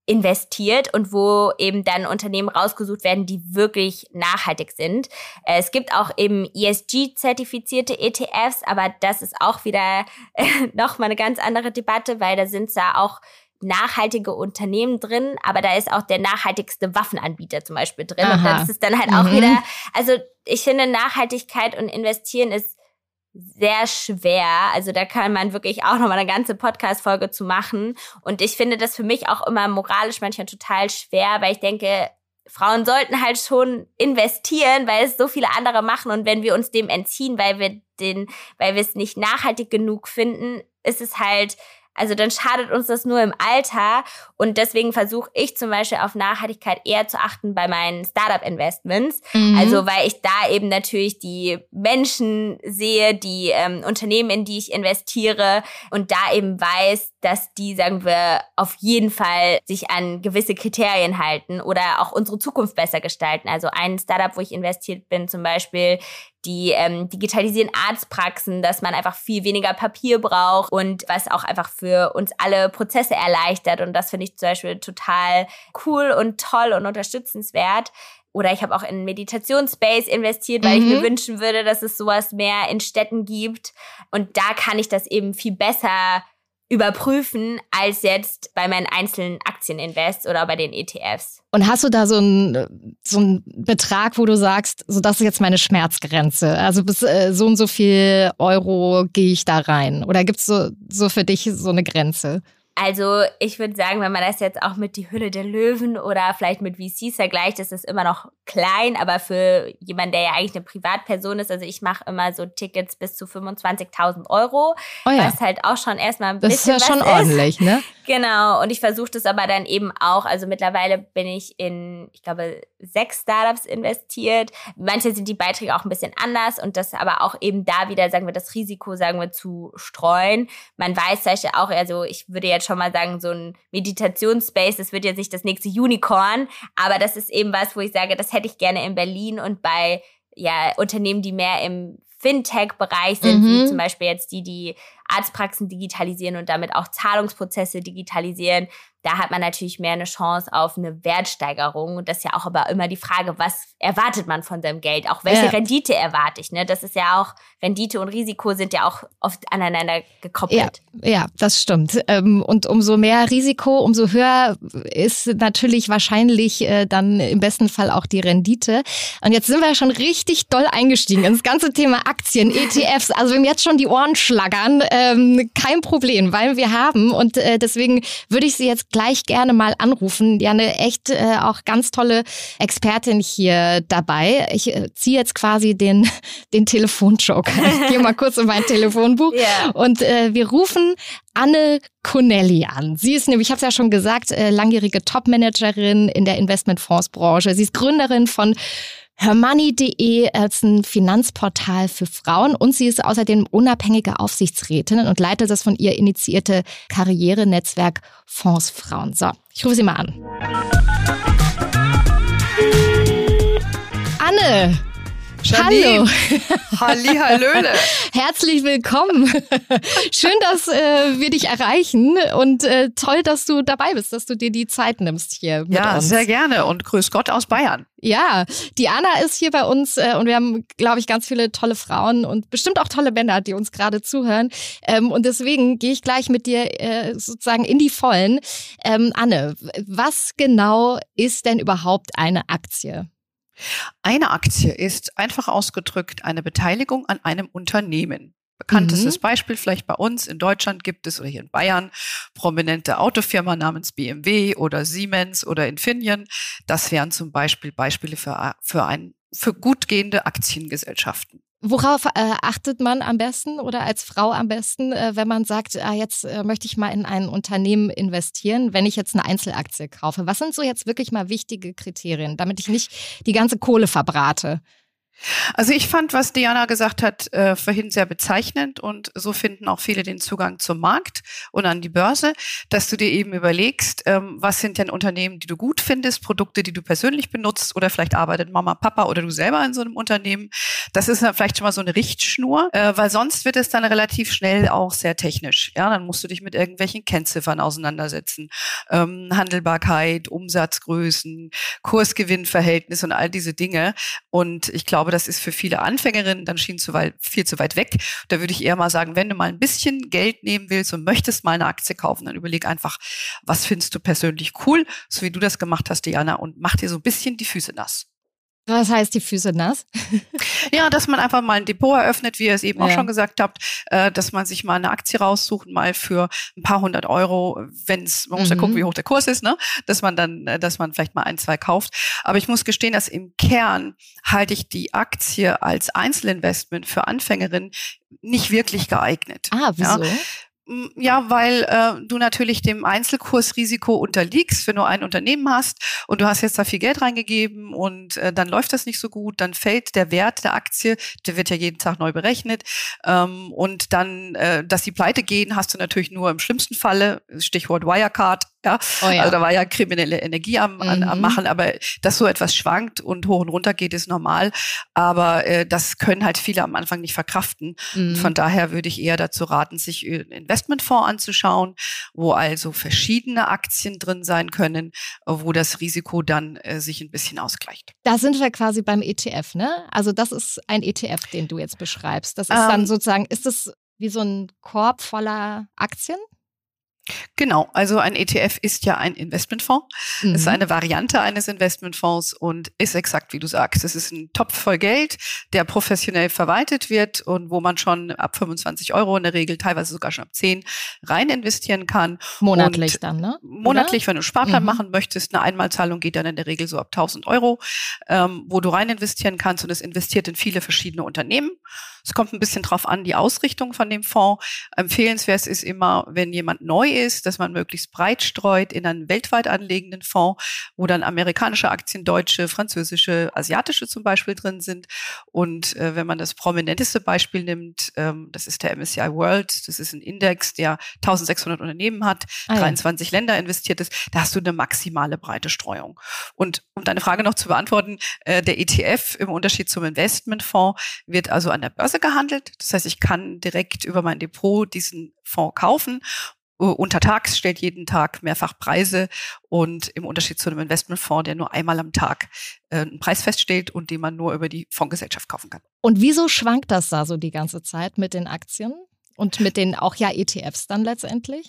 investiert und wo eben dann Unternehmen rausgesucht werden, die wirklich nachhaltig sind. Es gibt auch eben E S G-zertifizierte E T Fs, aber das ist auch wieder nochmal eine ganz andere Debatte, weil da sind da auch nachhaltige Unternehmen drin, aber da ist auch der nachhaltigste Waffenanbieter zum Beispiel drin. Aha. Und das ist dann halt auch mhm. wieder, also ich finde, Nachhaltigkeit und Investieren ist sehr schwer. Also da kann man wirklich auch nochmal eine ganze Podcast-Folge zu machen. Und ich finde das für mich auch immer moralisch manchmal total schwer, weil ich denke, Frauen sollten halt schon investieren, weil es so viele andere machen. Und wenn wir uns dem entziehen, weil wir den, weil wir es nicht nachhaltig genug finden, ist es halt, also dann schadet uns das nur im Alter. Und deswegen versuche ich zum Beispiel auf Nachhaltigkeit eher zu achten bei meinen Startup-Investments. Mhm. Also weil ich da eben natürlich die Menschen sehe, die ähm, Unternehmen, in die ich investiere und da eben weiß, dass die, sagen wir, auf jeden Fall sich an gewisse Kriterien halten oder auch unsere Zukunft besser gestalten. Also ein Startup, wo ich investiert bin zum Beispiel, die ähm, digitalisieren Arztpraxen, dass man einfach viel weniger Papier braucht und was auch einfach für uns alle Prozesse erleichtert. Und das finde ich zum Beispiel total cool und toll und unterstützenswert. Oder ich habe auch in Meditationsspace investiert, weil mhm. ich mir wünschen würde, dass es sowas mehr in Städten gibt. Und da kann ich das eben viel besser überprüfen als jetzt bei meinen einzelnen Aktieninvests oder bei den E T Fs. Und hast du da so einen so einen Betrag, wo du sagst, so das ist jetzt meine Schmerzgrenze? Also bis äh, so und so viel Euro gehe ich da rein? Oder gibt es so, so für dich so eine Grenze? Also ich würde sagen, wenn man das jetzt auch mit Die Hülle der Löwen oder vielleicht mit V Cs vergleicht, ist es immer noch klein. Aber für jemanden, der ja eigentlich eine Privatperson ist, also ich mache immer so Tickets bis zu fünfundzwanzigtausend Euro, oh ja. was halt auch schon erstmal ein bisschen was ist. Das ist ja schon ist. ordentlich, ne? Genau, und ich versuche das aber dann eben auch, also mittlerweile bin ich in, ich glaube, sechs Startups investiert. Manche sind die Beiträge auch ein bisschen anders und das aber auch eben da wieder, sagen wir, das Risiko, sagen wir, zu streuen. Man weiß zum Beispiel auch, also ich würde jetzt schon mal sagen, so ein Meditationsspace, das wird jetzt nicht das nächste Unicorn, aber das ist eben was, wo ich sage, das hätte ich gerne in Berlin und bei ja Unternehmen, die mehr im Fintech-Bereich sind, mhm. wie zum Beispiel jetzt die, die Arztpraxen digitalisieren und damit auch Zahlungsprozesse digitalisieren. Da hat man natürlich mehr eine Chance auf eine Wertsteigerung. Und das ist ja auch aber immer die Frage, was erwartet man von seinem Geld? Auch welche ja. Rendite erwarte ich? Ne? Das ist ja auch, Rendite und Risiko sind ja auch oft aneinander gekoppelt. Ja, ja, das stimmt. Und umso mehr Risiko, umso höher ist natürlich wahrscheinlich dann im besten Fall auch die Rendite. Und jetzt sind wir schon richtig doll eingestiegen ins ganze Thema Aktien, E T Fs. Also wenn jetzt schon die Ohren schlackern, ähm, kein Problem, weil wir haben. Und äh, deswegen würde ich Sie jetzt gleich gerne mal anrufen. Ja, eine echt äh, auch ganz tolle Expertin hier dabei. Ich äh, ziehe jetzt quasi den, den Telefonjoker. Ich gehe mal kurz in mein Telefonbuch. Yeah. Und äh, wir rufen Anne Connelly an. Sie ist nämlich, ich habe es ja schon gesagt, äh, langjährige Topmanagerin in der Investmentfondsbranche. Sie ist Gründerin von Hermoney punkt de als ein Finanzportal für Frauen und sie ist außerdem unabhängige Aufsichtsrätin und leitet das von ihr initiierte Karrierenetzwerk Fonds Frauen. So, ich rufe sie mal an. Anne! Janine. Hallo. Hallihallöle. Herzlich willkommen. Schön, dass äh, wir dich erreichen und äh, toll, dass du dabei bist, dass du dir die Zeit nimmst hier mit ja, uns. Ja, sehr gerne und grüß Gott aus Bayern. Ja, die Anna ist hier bei uns äh, und wir haben, glaube ich, ganz viele tolle Frauen und bestimmt auch tolle Männer, die uns gerade zuhören. Ähm, und deswegen gehe ich gleich mit dir äh, sozusagen in die Vollen. Ähm, Anne, was genau ist denn überhaupt eine Aktie? Eine Aktie ist einfach ausgedrückt eine Beteiligung an einem Unternehmen. Bekanntestes mhm. Beispiel vielleicht bei uns in Deutschland gibt es oder hier in Bayern prominente Autofirma namens B M W oder Siemens oder Infineon. Das wären zum Beispiel Beispiele für, für, ein, für gut gehende Aktiengesellschaften. Worauf äh, achtet man am besten oder als Frau am besten, äh, wenn man sagt, ah, jetzt äh, möchte ich mal in ein Unternehmen investieren, wenn ich jetzt eine Einzelaktie kaufe? Was sind so jetzt wirklich mal wichtige Kriterien, damit ich nicht die ganze Kohle verbrate? Also ich fand, was Diana gesagt hat, äh, vorhin sehr bezeichnend und so finden auch viele den Zugang zum Markt und an die Börse, dass du dir eben überlegst, ähm, was sind denn Unternehmen, die du gut findest, Produkte, die du persönlich benutzt oder vielleicht arbeitet Mama, Papa oder du selber in so einem Unternehmen. Das ist dann vielleicht schon mal so eine Richtschnur, äh, weil sonst wird es dann relativ schnell auch sehr technisch. Ja, dann musst du dich mit irgendwelchen Kennziffern auseinandersetzen, ähm, Handelbarkeit, Umsatzgrößen, Kursgewinnverhältnis und all diese Dinge. Und ich glaube, das ist für viele Anfängerinnen dann schien zu weit, viel zu weit weg. Da würde ich eher mal sagen, wenn du mal ein bisschen Geld nehmen willst und möchtest mal eine Aktie kaufen, dann überleg einfach, was findest du persönlich cool, so wie du das gemacht hast, Diana, und mach dir so ein bisschen die Füße nass. Was heißt die Füße nass? Ja, dass man einfach mal ein Depot eröffnet, wie ihr es eben ja. auch schon gesagt habt, äh, dass man sich mal eine Aktie raussucht, mal für ein paar hundert Euro, wenn es, man muss ja Mhm. gucken, wie hoch der Kurs ist, ne, dass man dann, äh, dass man vielleicht mal ein, zwei kauft. Aber ich muss gestehen, dass im Kern halte ich die Aktie als Einzelinvestment für Anfängerinnen nicht wirklich geeignet. Ah, wieso? Ja. Ja, weil äh, du natürlich dem Einzelkursrisiko unterliegst, wenn du ein Unternehmen hast und du hast jetzt da viel Geld reingegeben und äh, dann läuft das nicht so gut, dann fällt der Wert der Aktie, der wird ja jeden Tag neu berechnet ähm, und dann, äh, dass die pleite gehen, hast du natürlich nur im schlimmsten Falle, Stichwort Wirecard, ja, Oh ja. also da war ja kriminelle Energie am, an, am Mhm. Machen, aber dass so etwas schwankt und hoch und runter geht, ist normal, aber äh, das können halt viele am Anfang nicht verkraften. Mhm. Und von daher würde ich eher dazu raten, sich einen Investmentfonds anzuschauen, wo also verschiedene Aktien drin sein können, wo das Risiko dann äh, sich ein bisschen ausgleicht. Da sind wir quasi beim E T F, ne? Also das ist ein E T F, den du jetzt beschreibst. Das ist Ähm, dann sozusagen, ist das wie so ein Korb voller Aktien? Genau, also ein E T F ist ja ein Investmentfonds. Mhm. Es ist eine Variante eines Investmentfonds und ist exakt, wie du sagst. Es ist ein Topf voll Geld, der professionell verwaltet wird und wo man schon ab fünfundzwanzig Euro in der Regel, teilweise sogar schon ab zehn, rein investieren kann. Monatlich und dann, ne? Monatlich, Oder? wenn du einen Sparplan Mhm. machen möchtest, eine Einmalzahlung geht dann in der Regel so ab tausend Euro, ähm, wo du rein investieren kannst und es investiert in viele verschiedene Unternehmen. Es kommt ein bisschen drauf an, die Ausrichtung von dem Fonds. Empfehlenswert ist immer, wenn jemand neu ist, dass man möglichst breit streut in einen weltweit anlegenden Fonds, wo dann amerikanische Aktien, deutsche, französische, asiatische zum Beispiel drin sind. Und äh, wenn man das prominenteste Beispiel nimmt, ähm, das ist der M S C I World, das ist ein Index, der eintausendsechshundert Unternehmen hat, Ah, ja. dreiundzwanzig Länder investiert ist, da hast du eine maximale breite Streuung. Und um deine Frage noch zu beantworten, äh, der E T F im Unterschied zum Investmentfonds wird also an der Börse gehandelt. Das heißt, ich kann direkt über mein Depot diesen Fonds kaufen. Uh, untertags stellt jeden Tag mehrfach Preise und im Unterschied zu einem Investmentfonds, der nur einmal am Tag äh, einen Preis feststellt und den man nur über die Fondsgesellschaft kaufen kann. Und wieso schwankt das da so die ganze Zeit mit den Aktien und mit den auch ja E T Fs dann letztendlich?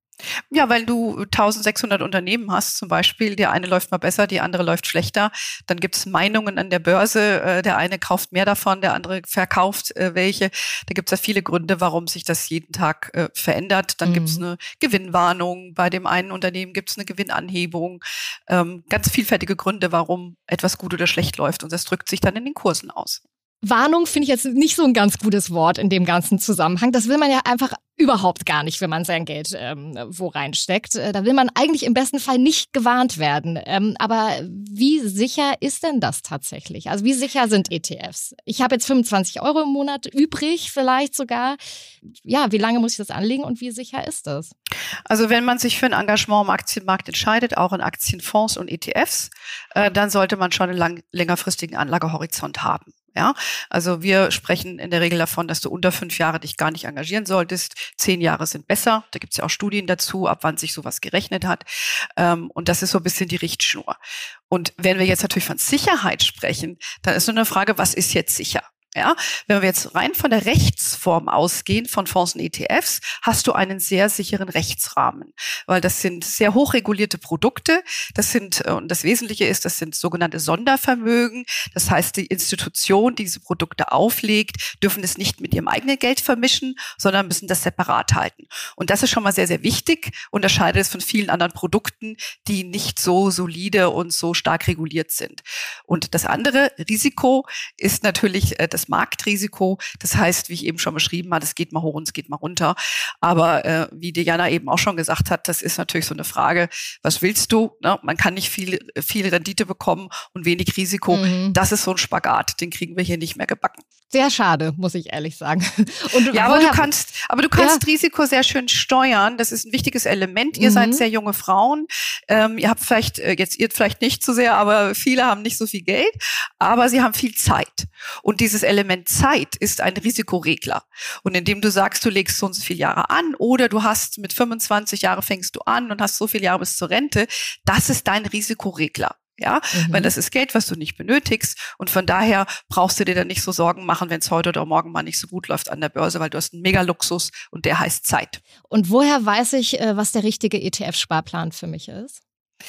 Ja, weil du eintausendsechshundert Unternehmen hast zum Beispiel. Der eine läuft mal besser, die andere läuft schlechter. Dann gibt es Meinungen an der Börse. Äh, der eine kauft mehr davon, der andere verkauft äh, welche. Da gibt es ja viele Gründe, warum sich das jeden Tag äh, verändert. Dann Mhm. gibt es eine Gewinnwarnung. Bei dem einen Unternehmen gibt es eine Gewinnanhebung. Ähm, ganz vielfältige Gründe, warum etwas gut oder schlecht läuft. Und das drückt sich dann in den Kursen aus. Warnung finde ich jetzt nicht so ein ganz gutes Wort in dem ganzen Zusammenhang. Das will man ja einfach überhaupt gar nicht, wenn man sein Geld ähm, wo reinsteckt. Äh, Da will man eigentlich im besten Fall nicht gewarnt werden. Ähm, aber wie sicher ist denn das tatsächlich? Also wie sicher sind E T Fs? Ich habe jetzt fünfundzwanzig Euro im Monat übrig, vielleicht sogar. Ja, wie lange muss ich das anlegen und wie sicher ist das? Also wenn man sich für ein Engagement im Aktienmarkt entscheidet, auch in Aktienfonds und E T Fs, äh, dann sollte man schon einen lang, längerfristigen Anlagehorizont haben. Ja, also wir sprechen in der Regel davon, dass du unter fünf Jahre dich gar nicht engagieren solltest. Zehn Jahre sind besser. Da gibt es ja auch Studien dazu, ab wann sich sowas gerechnet hat. Ähm, und das ist so ein bisschen die Richtschnur. Und wenn wir jetzt natürlich von Sicherheit sprechen, dann ist nur eine Frage, was ist jetzt sicher? Ja, wenn wir jetzt rein von der Rechtsform ausgehen von Fonds und E T Fs, hast du einen sehr sicheren Rechtsrahmen, weil das sind sehr hochregulierte Produkte. Das sind, und das Wesentliche ist, das sind sogenannte Sondervermögen. Das heißt, die Institution, die diese Produkte auflegt, dürfen es nicht mit ihrem eigenen Geld vermischen, sondern müssen das separat halten. Und das ist schon mal sehr, sehr wichtig, unterscheidet es von vielen anderen Produkten, die nicht so solide und so stark reguliert sind. Und das andere Risiko ist natürlich das das Marktrisiko. Das heißt, wie ich eben schon beschrieben habe, es geht mal hoch und es geht mal runter. Aber äh, wie Diana eben auch schon gesagt hat, das ist natürlich so eine Frage, was willst du? Ne? Man kann nicht viel, viel Rendite bekommen und wenig Risiko. Mhm. Das ist so ein Spagat, den kriegen wir hier nicht mehr gebacken. Sehr schade, muss ich ehrlich sagen. Und ja, aber du kannst, aber du kannst ja. Risiko sehr schön steuern. Das ist ein wichtiges Element. Ihr mhm. seid sehr junge Frauen. Ähm, ihr habt vielleicht, jetzt ihr vielleicht nicht so sehr, aber viele haben nicht so viel Geld. Aber sie haben viel Zeit. Und dieses Element Zeit ist ein Risikoregler. Und indem du sagst, du legst so und so viele Jahre an oder du hast mit fünfundzwanzig Jahren fängst du an und hast so viele Jahre bis zur Rente, das ist dein Risikoregler. Ja, mhm. weil das ist Geld, was du nicht benötigst und von daher brauchst du dir dann nicht so Sorgen machen, wenn es heute oder morgen mal nicht so gut läuft an der Börse, weil du hast einen Mega-Luxus und der heißt Zeit. Und woher weiß ich, was der richtige E T F-Sparplan für mich ist?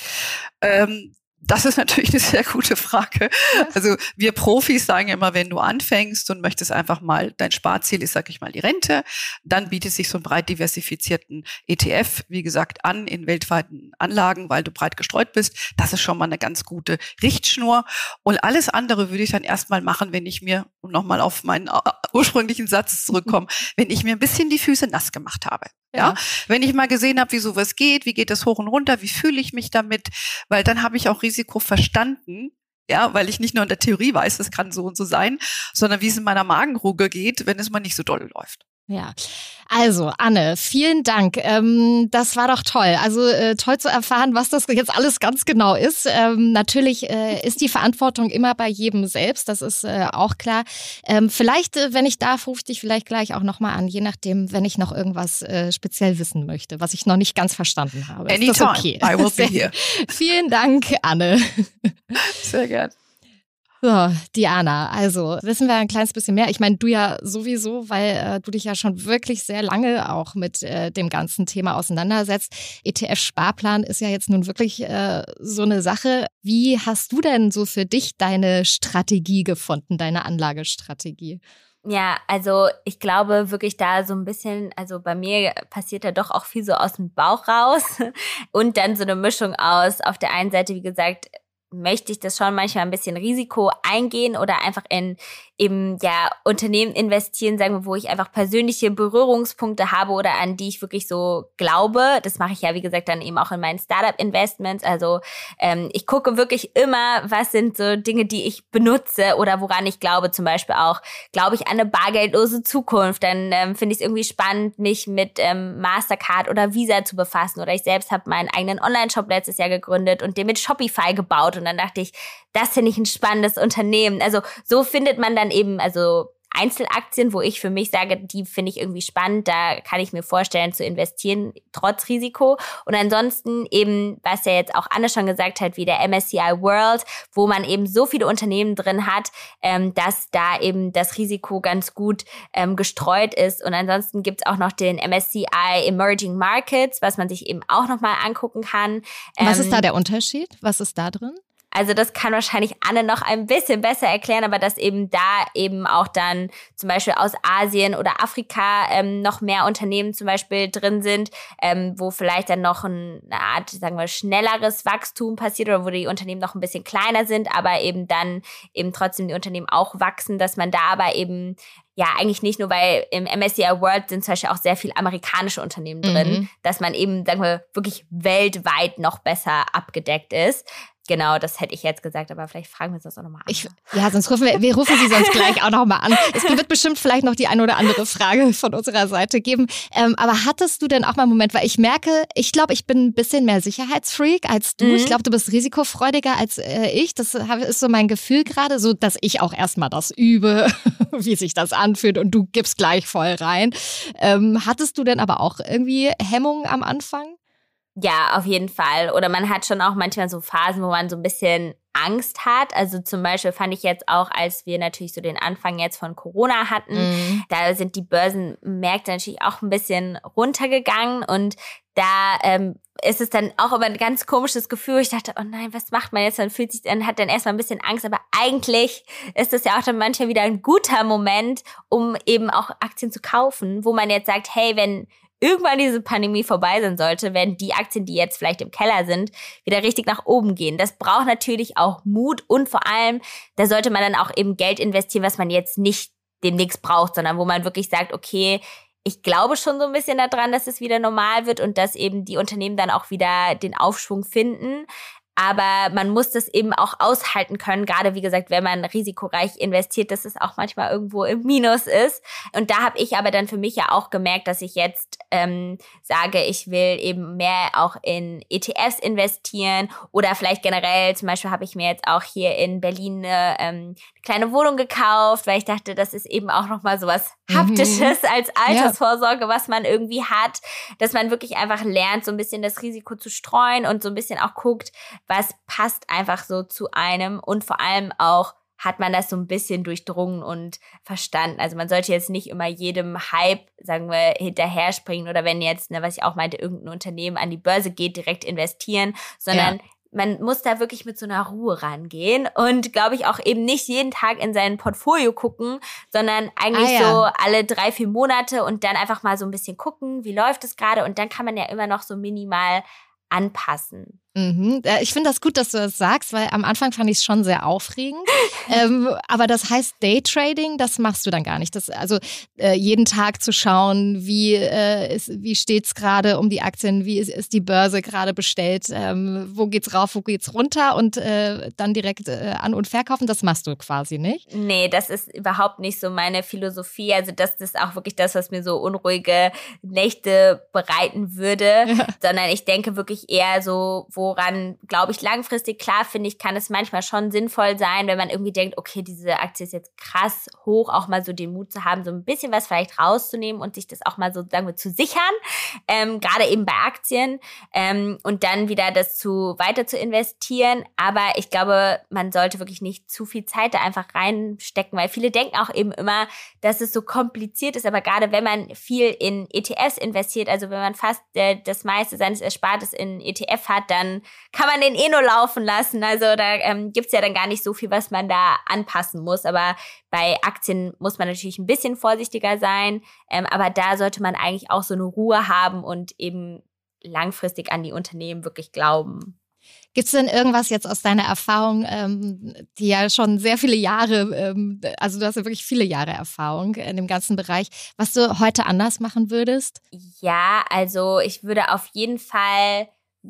Ähm, Das ist natürlich eine sehr gute Frage. Also wir Profis sagen immer, wenn du anfängst und möchtest einfach mal, dein Sparziel ist, sag ich mal, die Rente, dann bietet sich so einen breit diversifizierten E T F, wie gesagt, an in weltweiten Anlagen, weil du breit gestreut bist. Das ist schon mal eine ganz gute Richtschnur. Und alles andere würde ich dann erstmal machen, wenn ich mir, um nochmal auf meinen ursprünglichen Satz zurückkomme, wenn ich mir ein bisschen die Füße nass gemacht habe. Ja, ja, wenn ich mal gesehen habe, wie sowas geht, wie geht das hoch und runter, wie fühle ich mich damit, weil dann habe ich auch Risiko verstanden, ja, weil ich nicht nur in der Theorie weiß, das kann so und so sein, sondern wie es in meiner Magengrube geht, wenn es mal nicht so doll läuft. Ja, also Anne, vielen Dank. Ähm, das war doch toll. Also äh, toll zu erfahren, was das jetzt alles ganz genau ist. Ähm, natürlich äh, ist die Verantwortung immer bei jedem selbst, das ist äh, auch klar. Ähm, vielleicht, äh, wenn ich darf, rufe ich dich vielleicht gleich auch nochmal an, je nachdem, wenn ich noch irgendwas äh, speziell wissen möchte, was ich noch nicht ganz verstanden habe. Anytime, ist das okay? I will be here. Vielen Dank, Anne. Sehr gern. So, Diana, also wissen wir ein kleines bisschen mehr. Ich meine, du ja sowieso, weil äh, du dich ja schon wirklich sehr lange auch mit äh, dem ganzen Thema auseinandersetzt. E T F-Sparplan ist ja jetzt nun wirklich äh, so eine Sache. Wie hast du denn so für dich deine Strategie gefunden, deine Anlagestrategie? Ja, also ich glaube wirklich da so ein bisschen, also bei mir passiert da doch auch viel so aus dem Bauch raus und dann so eine Mischung aus, auf der einen Seite, wie gesagt, möchte ich das schon manchmal ein bisschen Risiko eingehen oder einfach in eben ja Unternehmen investieren, sagen wir, wo ich einfach persönliche Berührungspunkte habe oder an die ich wirklich so glaube. Das mache ich ja, wie gesagt, dann eben auch in meinen Startup-Investments. Also ähm, ich gucke wirklich immer, was sind so Dinge, die ich benutze oder woran ich glaube. Zum Beispiel auch, glaube ich an eine bargeldlose Zukunft. Dann ähm, finde ich es irgendwie spannend, mich mit ähm, Mastercard oder Visa zu befassen. Oder ich selbst habe meinen eigenen Online-Shop letztes Jahr gegründet und den mit Shopify gebaut. Und dann dachte ich, das finde ich ein spannendes Unternehmen. Also so findet man dann eben, also Einzelaktien, wo ich für mich sage, die finde ich irgendwie spannend, da kann ich mir vorstellen zu investieren, trotz Risiko. Und ansonsten eben, was ja jetzt auch Anne schon gesagt hat, wie der M S C I World, wo man eben so viele Unternehmen drin hat, ähm, dass da eben das Risiko ganz gut ähm, gestreut ist. Und ansonsten gibt's auch noch den M S C I Emerging Markets, was man sich eben auch nochmal angucken kann. Ähm, was ist da der Unterschied? Was ist da drin? Also das kann wahrscheinlich Anne noch ein bisschen besser erklären, aber dass eben da eben auch dann zum Beispiel aus Asien oder Afrika ähm, noch mehr Unternehmen zum Beispiel drin sind, ähm, wo vielleicht dann noch eine Art, sagen wir, schnelleres Wachstum passiert oder wo die Unternehmen noch ein bisschen kleiner sind, aber eben dann eben trotzdem die Unternehmen auch wachsen, dass man da aber eben ja, eigentlich nicht nur, weil im M S C I World sind zum Beispiel auch sehr viele amerikanische Unternehmen drin, mhm. dass man eben, sagen wir, wirklich weltweit noch besser abgedeckt ist. Genau, das hätte ich jetzt gesagt, aber vielleicht fragen wir uns das auch nochmal an. Ich, ja, sonst rufen wir, wir rufen sie sonst gleich auch nochmal an. Es wird bestimmt vielleicht noch die eine oder andere Frage von unserer Seite geben. Ähm, aber hattest du denn auch mal einen Moment, weil ich merke, ich glaube, ich bin ein bisschen mehr Sicherheitsfreak als du. Mhm. Ich glaube, du bist risikofreudiger als äh, ich. Das ist so mein Gefühl gerade, so dass ich auch erstmal das übe, wie sich das anfühlt und du gibst gleich voll rein. Ähm, hattest du denn aber auch irgendwie Hemmungen am Anfang? Ja, auf jeden Fall. Oder man hat schon auch manchmal so Phasen, wo man so ein bisschen Angst hat. Also zum Beispiel fand ich jetzt auch, als wir natürlich so den Anfang jetzt von Corona hatten, mhm. da sind die Börsenmärkte natürlich auch ein bisschen runtergegangen und da ähm, ist es dann auch immer ein ganz komisches Gefühl. Ich dachte, oh nein, was macht man jetzt? Man fühlt sich dann, hat dann erstmal ein bisschen Angst, aber eigentlich ist es ja auch dann manchmal wieder ein guter Moment, um eben auch Aktien zu kaufen, wo man jetzt sagt, hey, wenn irgendwann diese Pandemie vorbei sein sollte, werden die Aktien, die jetzt vielleicht im Keller sind, wieder richtig nach oben gehen. Das braucht natürlich auch Mut und vor allem, da sollte man dann auch eben Geld investieren, was man jetzt nicht demnächst braucht, sondern wo man wirklich sagt, okay, ich glaube schon so ein bisschen daran, dass es wieder normal wird und dass eben die Unternehmen dann auch wieder den Aufschwung finden. Aber man muss das eben auch aushalten können, gerade wie gesagt, wenn man risikoreich investiert, dass es auch manchmal irgendwo im Minus ist. Und da habe ich aber dann für mich ja auch gemerkt, dass ich jetzt ähm, sage, ich will eben mehr auch in E T Fs investieren oder vielleicht generell, zum Beispiel habe ich mir jetzt auch hier in Berlin eine, ähm, eine kleine Wohnung gekauft, weil ich dachte, das ist eben auch nochmal so was Haptisches als Altersvorsorge, was man irgendwie hat, dass man wirklich einfach lernt, so ein bisschen das Risiko zu streuen und so ein bisschen auch guckt, was passt einfach so zu einem und vor allem auch hat man das so ein bisschen durchdrungen und verstanden. Also man sollte jetzt nicht immer jedem Hype, sagen wir, hinterher springen oder wenn jetzt, ne, was ich auch meinte, irgendein Unternehmen an die Börse geht, direkt investieren, sondern ja. Man muss da wirklich mit so einer Ruhe rangehen und, glaube ich, auch eben nicht jeden Tag in sein Portfolio gucken, sondern eigentlich ah, ja. so alle drei, vier Monate und dann einfach mal so ein bisschen gucken, wie läuft es gerade und dann kann man ja immer noch so minimal anpassen. Mhm. Ich finde das gut, dass du das sagst, weil am Anfang fand ich es schon sehr aufregend. ähm, aber das heißt Daytrading, das machst du dann gar nicht. Das, also äh, jeden Tag zu schauen, wie, äh, ist, wie steht es gerade um die Aktien, wie ist, ist die Börse gerade bestellt, ähm, wo geht's rauf, wo geht's runter und äh, dann direkt äh, an- und verkaufen, das machst du quasi nicht? Nee, das ist überhaupt nicht so meine Philosophie. Also das ist auch wirklich das, was mir so unruhige Nächte bereiten würde, ja. sondern ich denke wirklich eher so, wo Woran, glaube ich, langfristig, klar finde ich, kann es manchmal schon sinnvoll sein, wenn man irgendwie denkt, okay, diese Aktie ist jetzt krass hoch, auch mal so den Mut zu haben, so ein bisschen was vielleicht rauszunehmen und sich das auch mal so, sagen wir, zu sichern, ähm, gerade eben bei Aktien ähm, und dann wieder das zu weiter zu investieren. Aber ich glaube, man sollte wirklich nicht zu viel Zeit da einfach reinstecken, weil viele denken auch eben immer, dass es so kompliziert ist, aber gerade wenn man viel in E T Fs investiert, also wenn man fast äh, das meiste seines Erspartes in E T F hat, dann kann man den eh nur laufen lassen. Also da ähm, gibt's ja dann gar nicht so viel, was man da anpassen muss. Aber bei Aktien muss man natürlich ein bisschen vorsichtiger sein. Ähm, aber da sollte man eigentlich auch so eine Ruhe haben und eben langfristig an die Unternehmen wirklich glauben. Gibt es denn irgendwas jetzt aus deiner Erfahrung, ähm, die ja schon sehr viele Jahre, ähm, also du hast ja wirklich viele Jahre Erfahrung in dem ganzen Bereich, was du heute anders machen würdest? Ja, also ich würde auf jeden Fall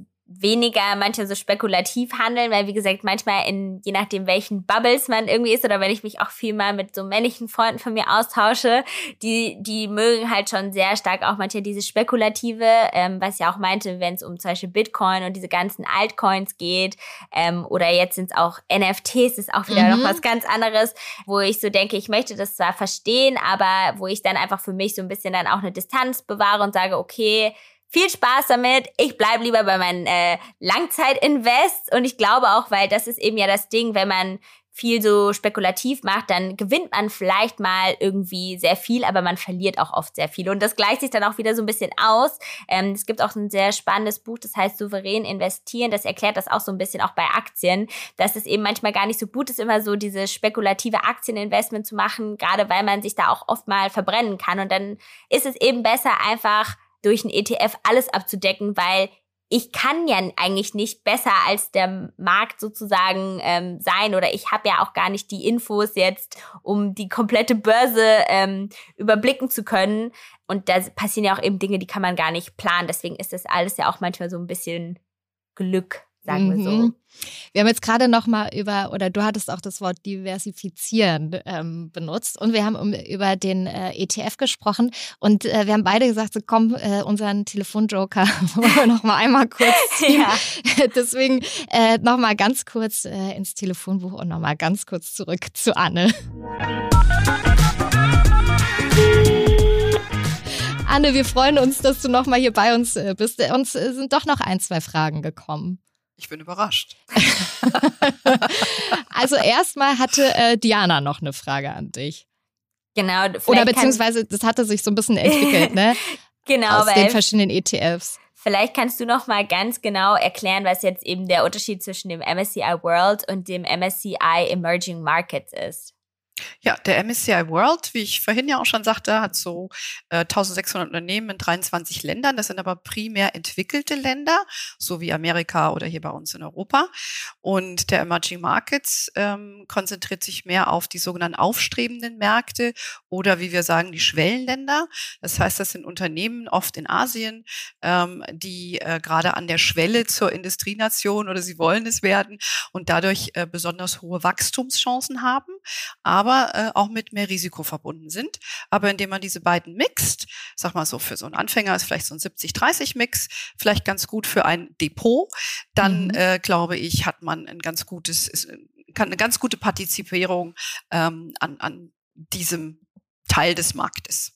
weniger manchmal so spekulativ handeln, weil wie gesagt, manchmal in, je nachdem welchen Bubbles man irgendwie ist oder wenn ich mich auch viel mal mit so männlichen Freunden von mir austausche, die die mögen halt schon sehr stark auch manchmal diese spekulative, ähm, was ich auch meinte, wenn es um zum Beispiel Bitcoin und diese ganzen Altcoins geht ähm, oder jetzt sind es auch N F Ts, ist auch wieder mhm. noch was ganz anderes, wo ich so denke, ich möchte das zwar verstehen, aber wo ich dann einfach für mich so ein bisschen dann auch eine Distanz bewahre und sage, okay, viel Spaß damit. Ich bleibe lieber bei meinen äh, Langzeit-Invests und ich glaube auch, weil das ist eben ja das Ding, wenn man viel so spekulativ macht, dann gewinnt man vielleicht mal irgendwie sehr viel, aber man verliert auch oft sehr viel. Und das gleicht sich dann auch wieder so ein bisschen aus. Ähm, es gibt auch ein sehr spannendes Buch, das heißt Souverän investieren. Das erklärt das auch so ein bisschen auch bei Aktien, dass es eben manchmal gar nicht so gut ist, immer so diese spekulative Aktieninvestment zu machen, gerade weil man sich da auch oft mal verbrennen kann. Und dann ist es eben besser, einfach durch einen E T F alles abzudecken, weil ich kann ja eigentlich nicht besser als der Markt sozusagen ähm, sein oder ich habe ja auch gar nicht die Infos jetzt, um die komplette Börse ähm, überblicken zu können. Und da passieren ja auch eben Dinge, die kann man gar nicht planen. Deswegen ist das alles ja auch manchmal so ein bisschen Glück, sagen mhm. wir so. Wir haben jetzt gerade noch mal über, oder du hattest auch das Wort diversifizieren ähm, benutzt und wir haben um, über den äh, E T F gesprochen und äh, wir haben beide gesagt, so komm, äh, unseren Telefonjoker wollen wir noch mal einmal kurz ziehen. Ja. Deswegen äh, noch mal ganz kurz äh, ins Telefonbuch und noch mal ganz kurz zurück zu Anne. Anne, wir freuen uns, dass du noch mal hier bei uns bist. Uns sind doch noch ein, zwei Fragen gekommen. Ich bin überrascht. Also erstmal hatte äh, Diana noch eine Frage an dich. Genau. Oder beziehungsweise das hatte sich so ein bisschen entwickelt, ne? Genau. Aus den verschiedenen E T Fs. Vielleicht kannst du noch mal ganz genau erklären, was jetzt eben der Unterschied zwischen dem M S C I World und dem M S C I Emerging Markets ist. Ja, der M S C I World, wie ich vorhin ja auch schon sagte, hat so äh, eintausendsechshundert Unternehmen in dreiundzwanzig Ländern. Das sind aber primär entwickelte Länder, so wie Amerika oder hier bei uns in Europa. Und der Emerging Markets ähm, konzentriert sich mehr auf die sogenannten aufstrebenden Märkte oder wie wir sagen, die Schwellenländer. Das heißt, das sind Unternehmen oft in Asien, ähm, die äh, gerade an der Schwelle zur Industrienation oder sie wollen es werden und dadurch äh, besonders hohe Wachstumschancen haben, aber äh, auch mit mehr Risiko verbunden sind. Aber indem man diese beiden mixt, sag mal so, für so einen Anfänger ist vielleicht so ein siebzig dreißig Mix, vielleicht ganz gut für ein Depot, dann mhm. äh, glaube ich, hat man ein ganz gutes, ist, kann eine ganz gute Partizipierung ähm, an, an diesem Teil des Marktes.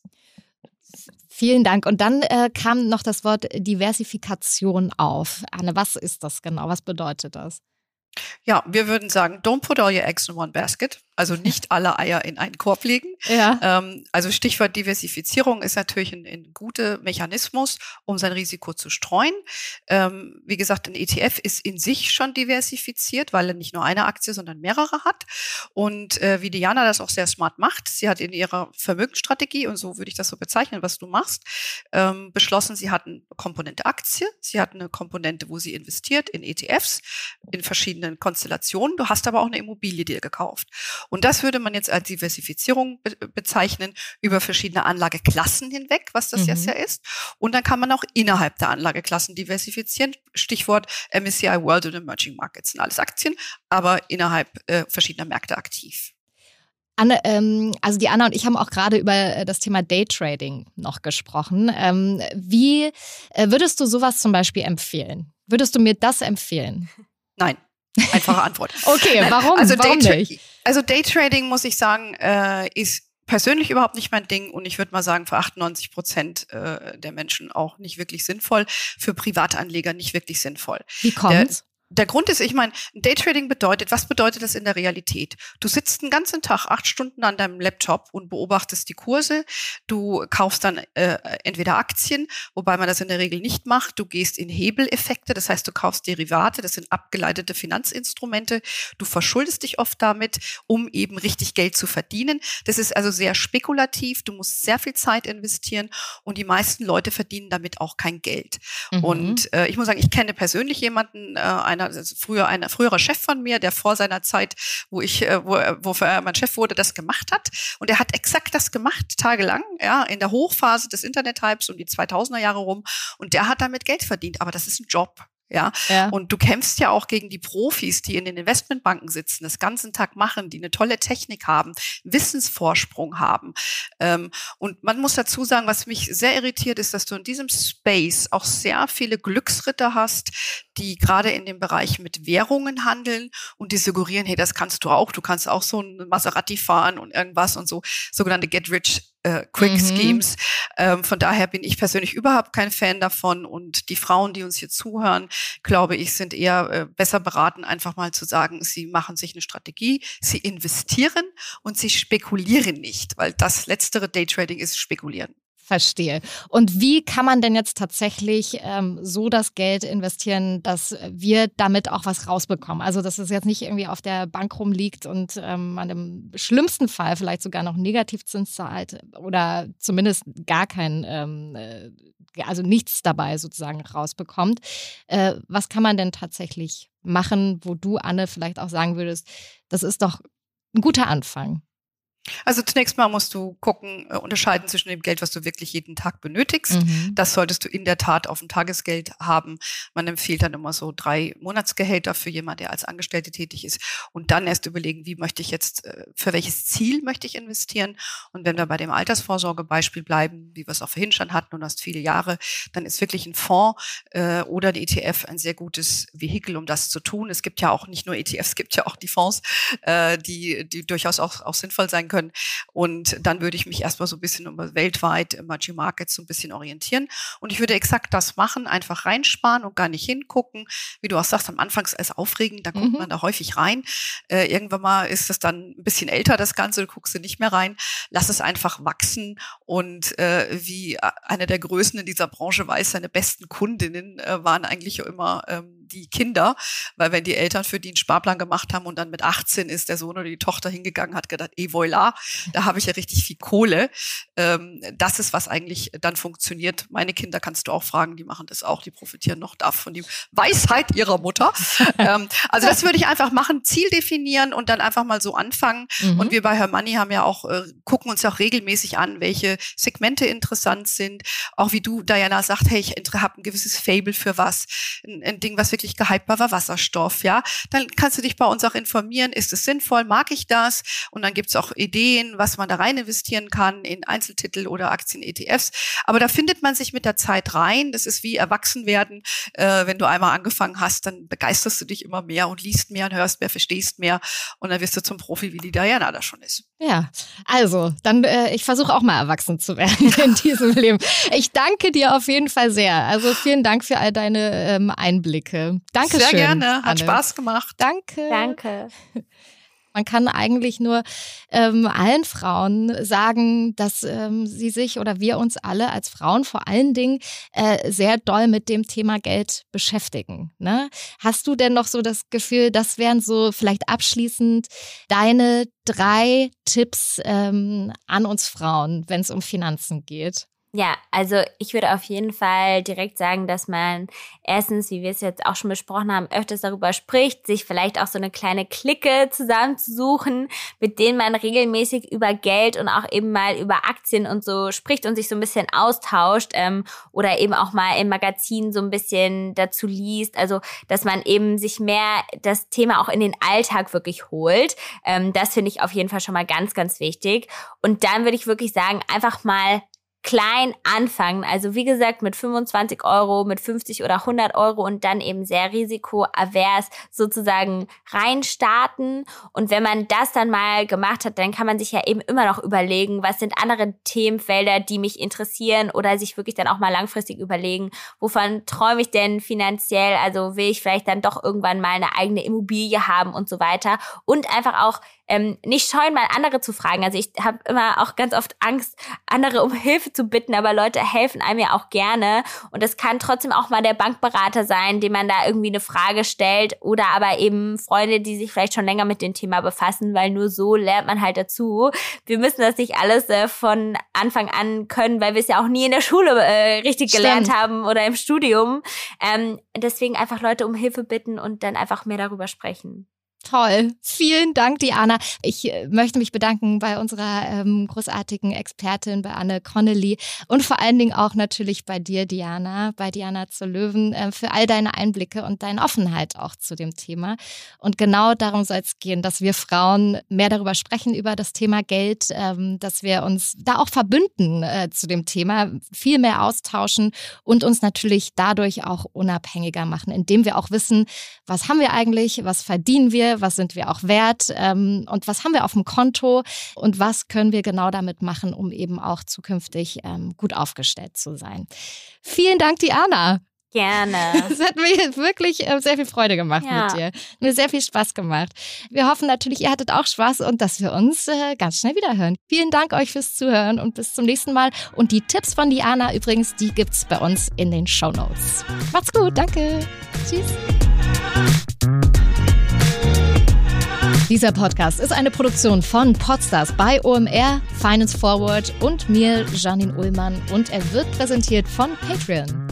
Vielen Dank. Und dann äh, kam noch das Wort Diversifikation auf. Anne, was ist das genau? Was bedeutet das? Ja, wir würden sagen, don't put all your eggs in one basket. Also nicht alle Eier in einen Korb legen. Ja. Ähm, also Stichwort Diversifizierung ist natürlich ein, ein guter Mechanismus, um sein Risiko zu streuen. Ähm, wie gesagt, ein E T F ist in sich schon diversifiziert, weil er nicht nur eine Aktie, sondern mehrere hat. Und äh, wie Diana das auch sehr smart macht, sie hat in ihrer Vermögensstrategie, und so würde ich das so bezeichnen, was du machst, ähm, beschlossen, sie hat eine Komponente Aktie, sie hat eine Komponente, wo sie investiert in E T Fs, in verschiedenen Konstellationen. Du hast aber auch eine Immobilie dir gekauft. Und das würde man jetzt als Diversifizierung be- bezeichnen über verschiedene Anlageklassen hinweg, was das mhm. jetzt ja ist. Und dann kann man auch innerhalb der Anlageklassen diversifizieren. Stichwort M S C I World und Emerging Markets sind alles Aktien, aber innerhalb äh, verschiedener Märkte aktiv. Anne, ähm, also die Anna und ich haben auch gerade über das Thema Daytrading noch gesprochen. Ähm, wie äh, würdest du sowas zum Beispiel empfehlen? Würdest du mir das empfehlen? Nein. Einfache Antwort. Okay, warum? Also warum Daytra- nicht? Also Daytrading, muss ich sagen, äh, ist persönlich überhaupt nicht mein Ding und ich würde mal sagen, für achtundneunzig Prozent äh, der Menschen auch nicht wirklich sinnvoll, für Privatanleger nicht wirklich sinnvoll. Wie kommt's? Der, Der Grund ist, ich meine, Daytrading bedeutet, was bedeutet das in der Realität? Du sitzt den ganzen Tag acht Stunden an deinem Laptop und beobachtest die Kurse. Du kaufst dann äh, entweder Aktien, wobei man das in der Regel nicht macht. Du gehst in Hebeleffekte, das heißt, du kaufst Derivate, das sind abgeleitete Finanzinstrumente. Du verschuldest dich oft damit, um eben richtig Geld zu verdienen. Das ist also sehr spekulativ. Du musst sehr viel Zeit investieren und die meisten Leute verdienen damit auch kein Geld. Mhm. Und äh, ich muss sagen, ich kenne persönlich jemanden, äh, einer, also früher ein früherer Chef von mir, der vor seiner Zeit, wo ich, wo, wofür er mein Chef wurde, das gemacht hat. Und er hat exakt das gemacht, tagelang, ja, in der Hochphase des Internet-Hypes um die zweitausender Jahre rum. Und der hat damit Geld verdient. Aber das ist ein Job. Ja? ja, und du kämpfst ja auch gegen die Profis, die in den Investmentbanken sitzen, das ganzen Tag machen, die eine tolle Technik haben, Wissensvorsprung haben. Ähm, und man muss dazu sagen, was mich sehr irritiert, ist, dass du in diesem Space auch sehr viele Glücksritter hast, die gerade in dem Bereich mit Währungen handeln und die suggerieren, hey, das kannst du auch, du kannst auch so ein Maserati fahren und irgendwas und so, sogenannte Get-Rich Äh, Quick mhm. Schemes. Ähm, von daher bin ich persönlich überhaupt kein Fan davon und die Frauen, die uns hier zuhören, glaube ich, sind eher äh, besser beraten, einfach mal zu sagen, sie machen sich eine Strategie, sie investieren und sie spekulieren nicht, weil das letztere Daytrading ist Spekulieren. Verstehe. Und wie kann man denn jetzt tatsächlich ähm, so das Geld investieren, dass wir damit auch was rausbekommen? Also dass es jetzt nicht irgendwie auf der Bank rumliegt und ähm, man im schlimmsten Fall vielleicht sogar noch Negativzins zahlt oder zumindest gar kein, ähm, also nichts dabei sozusagen rausbekommt. Äh, was kann man denn tatsächlich machen, wo du, Anne, vielleicht auch sagen würdest, das ist doch ein guter Anfang? Also zunächst mal musst du gucken, äh, unterscheiden zwischen dem Geld, was du wirklich jeden Tag benötigst. Mhm. Das solltest du in der Tat auf dem Tagesgeld haben. Man empfiehlt dann immer so drei Monatsgehälter für jemanden, der als Angestellte tätig ist. Und dann erst überlegen, wie möchte ich jetzt, äh, für welches Ziel möchte ich investieren? Und wenn wir bei dem Altersvorsorgebeispiel bleiben, wie wir es auch vorhin schon hatten und hast viele Jahre, dann ist wirklich ein Fonds äh, oder ein E T F ein sehr gutes Vehikel, um das zu tun. Es gibt ja auch nicht nur E T Fs, es gibt ja auch die Fonds, äh, die, die durchaus auch, auch sinnvoll sein können. Können. Und dann würde ich mich erstmal so ein bisschen über weltweit Emerging Markets so ein bisschen orientieren. Und ich würde exakt das machen, einfach reinsparen und gar nicht hingucken. Wie du auch sagst, am Anfang ist es aufregend, da guckt mhm. man da häufig rein. Äh, irgendwann mal ist es dann ein bisschen älter, das Ganze, du guckst du nicht mehr rein. Lass es einfach wachsen. Und äh, wie eine der Größen in dieser Branche weiß, seine besten Kundinnen äh, waren eigentlich immer ähm, die Kinder, weil wenn die Eltern für die einen Sparplan gemacht haben und dann mit achtzehn ist der Sohn oder die Tochter hingegangen, hat gedacht, eh voilà, da habe ich ja richtig viel Kohle. Ähm, das ist, was eigentlich dann funktioniert. Meine Kinder kannst du auch fragen, die machen das auch, die profitieren noch davon, von die Weisheit ihrer Mutter. ähm, also das würde ich einfach machen, Ziel definieren und dann einfach mal so anfangen. Mhm. Und wir bei Her Money haben ja auch, äh, gucken uns ja auch regelmäßig an, welche Segmente interessant sind. Auch wie du, Diana, sagt, hey, ich habe ein gewisses Fable für was. Ein, ein Ding, was wirklich gehypt war, Wasserstoff, ja. Dann kannst du dich bei uns auch informieren, ist es sinnvoll, mag ich das? Und dann gibt's auch Ideen, was man da rein investieren kann in Einzeltitel oder Aktien-E T Fs. Aber da findet man sich mit der Zeit rein. Das ist wie Erwachsenwerden. Äh, wenn du einmal angefangen hast, dann begeisterst du dich immer mehr und liest mehr und hörst mehr, verstehst mehr. Und dann wirst du zum Profi, wie die Diana da schon ist. Ja, also, dann, äh, ich versuche auch mal erwachsen zu werden in diesem Leben. Ich danke dir auf jeden Fall sehr. Also vielen Dank für all deine ähm, Einblicke. Dankeschön. Sehr gerne, hat Anne. Spaß gemacht. Danke. Danke. Man kann eigentlich nur ähm, allen Frauen sagen, dass ähm, sie sich oder wir uns alle als Frauen vor allen Dingen äh, sehr doll mit dem Thema Geld beschäftigen. Ne? Hast du denn noch so das Gefühl, das wären so vielleicht abschließend deine drei Tipps ähm, an uns Frauen, wenn es um Finanzen geht? Ja, also ich würde auf jeden Fall direkt sagen, dass man erstens, wie wir es jetzt auch schon besprochen haben, öfters darüber spricht, sich vielleicht auch so eine kleine Clique zusammenzusuchen, mit denen man regelmäßig über Geld und auch eben mal über Aktien und so spricht und sich so ein bisschen austauscht ähm, oder eben auch mal im Magazin so ein bisschen dazu liest. Also, dass man eben sich mehr das Thema auch in den Alltag wirklich holt. Ähm, das finde ich auf jeden Fall schon mal ganz, ganz wichtig. Und dann würde ich wirklich sagen, einfach mal klein anfangen, also wie gesagt mit fünfundzwanzig Euro, mit fünfzig oder hundert Euro und dann eben sehr risikoavers sozusagen reinstarten. Und wenn man das dann mal gemacht hat, dann kann man sich ja eben immer noch überlegen, was sind andere Themenfelder, die mich interessieren oder sich wirklich dann auch mal langfristig überlegen, wovon träume ich denn finanziell, also will ich vielleicht dann doch irgendwann mal eine eigene Immobilie haben und so weiter und einfach auch Ähm, nicht scheuen, mal andere zu fragen. Also ich habe immer auch ganz oft Angst, andere um Hilfe zu bitten, aber Leute helfen einem ja auch gerne. Und es kann trotzdem auch mal der Bankberater sein, dem man da irgendwie eine Frage stellt oder aber eben Freunde, die sich vielleicht schon länger mit dem Thema befassen, weil nur so lernt man halt dazu. Wir müssen das nicht alles äh, von Anfang an können, weil wir es ja auch nie in der Schule äh, richtig Stimmt. gelernt haben oder im Studium. Ähm, deswegen einfach Leute um Hilfe bitten und dann einfach mehr darüber sprechen. Toll. Vielen Dank, Diana. Ich äh, möchte mich bedanken bei unserer ähm, großartigen Expertin, bei Anne Connelly und vor allen Dingen auch natürlich bei dir, Diana, bei Diana zur Löwen, äh, für all deine Einblicke und deine Offenheit auch zu dem Thema. Und genau darum soll es gehen, dass wir Frauen mehr darüber sprechen, über das Thema Geld, ähm, dass wir uns da auch verbünden äh, zu dem Thema, viel mehr austauschen und uns natürlich dadurch auch unabhängiger machen, indem wir auch wissen, was haben wir eigentlich, was verdienen wir, was sind wir auch wert ähm, und was haben wir auf dem Konto und was können wir genau damit machen, um eben auch zukünftig ähm, gut aufgestellt zu sein. Vielen Dank, Diana. Gerne. Es hat mir wirklich äh, sehr viel Freude gemacht ja. mit dir. Mir sehr viel Spaß gemacht. Wir hoffen natürlich, ihr hattet auch Spaß und dass wir uns äh, ganz schnell wieder hören. Vielen Dank euch fürs Zuhören und bis zum nächsten Mal. Und die Tipps von Diana übrigens, die gibt's bei uns in den Shownotes. Macht's gut, danke. Tschüss. Dieser Podcast ist eine Produktion von Podstars bei O M R, Finance Forward und mir, Janine Ullmann. Und er wird präsentiert von Patreon.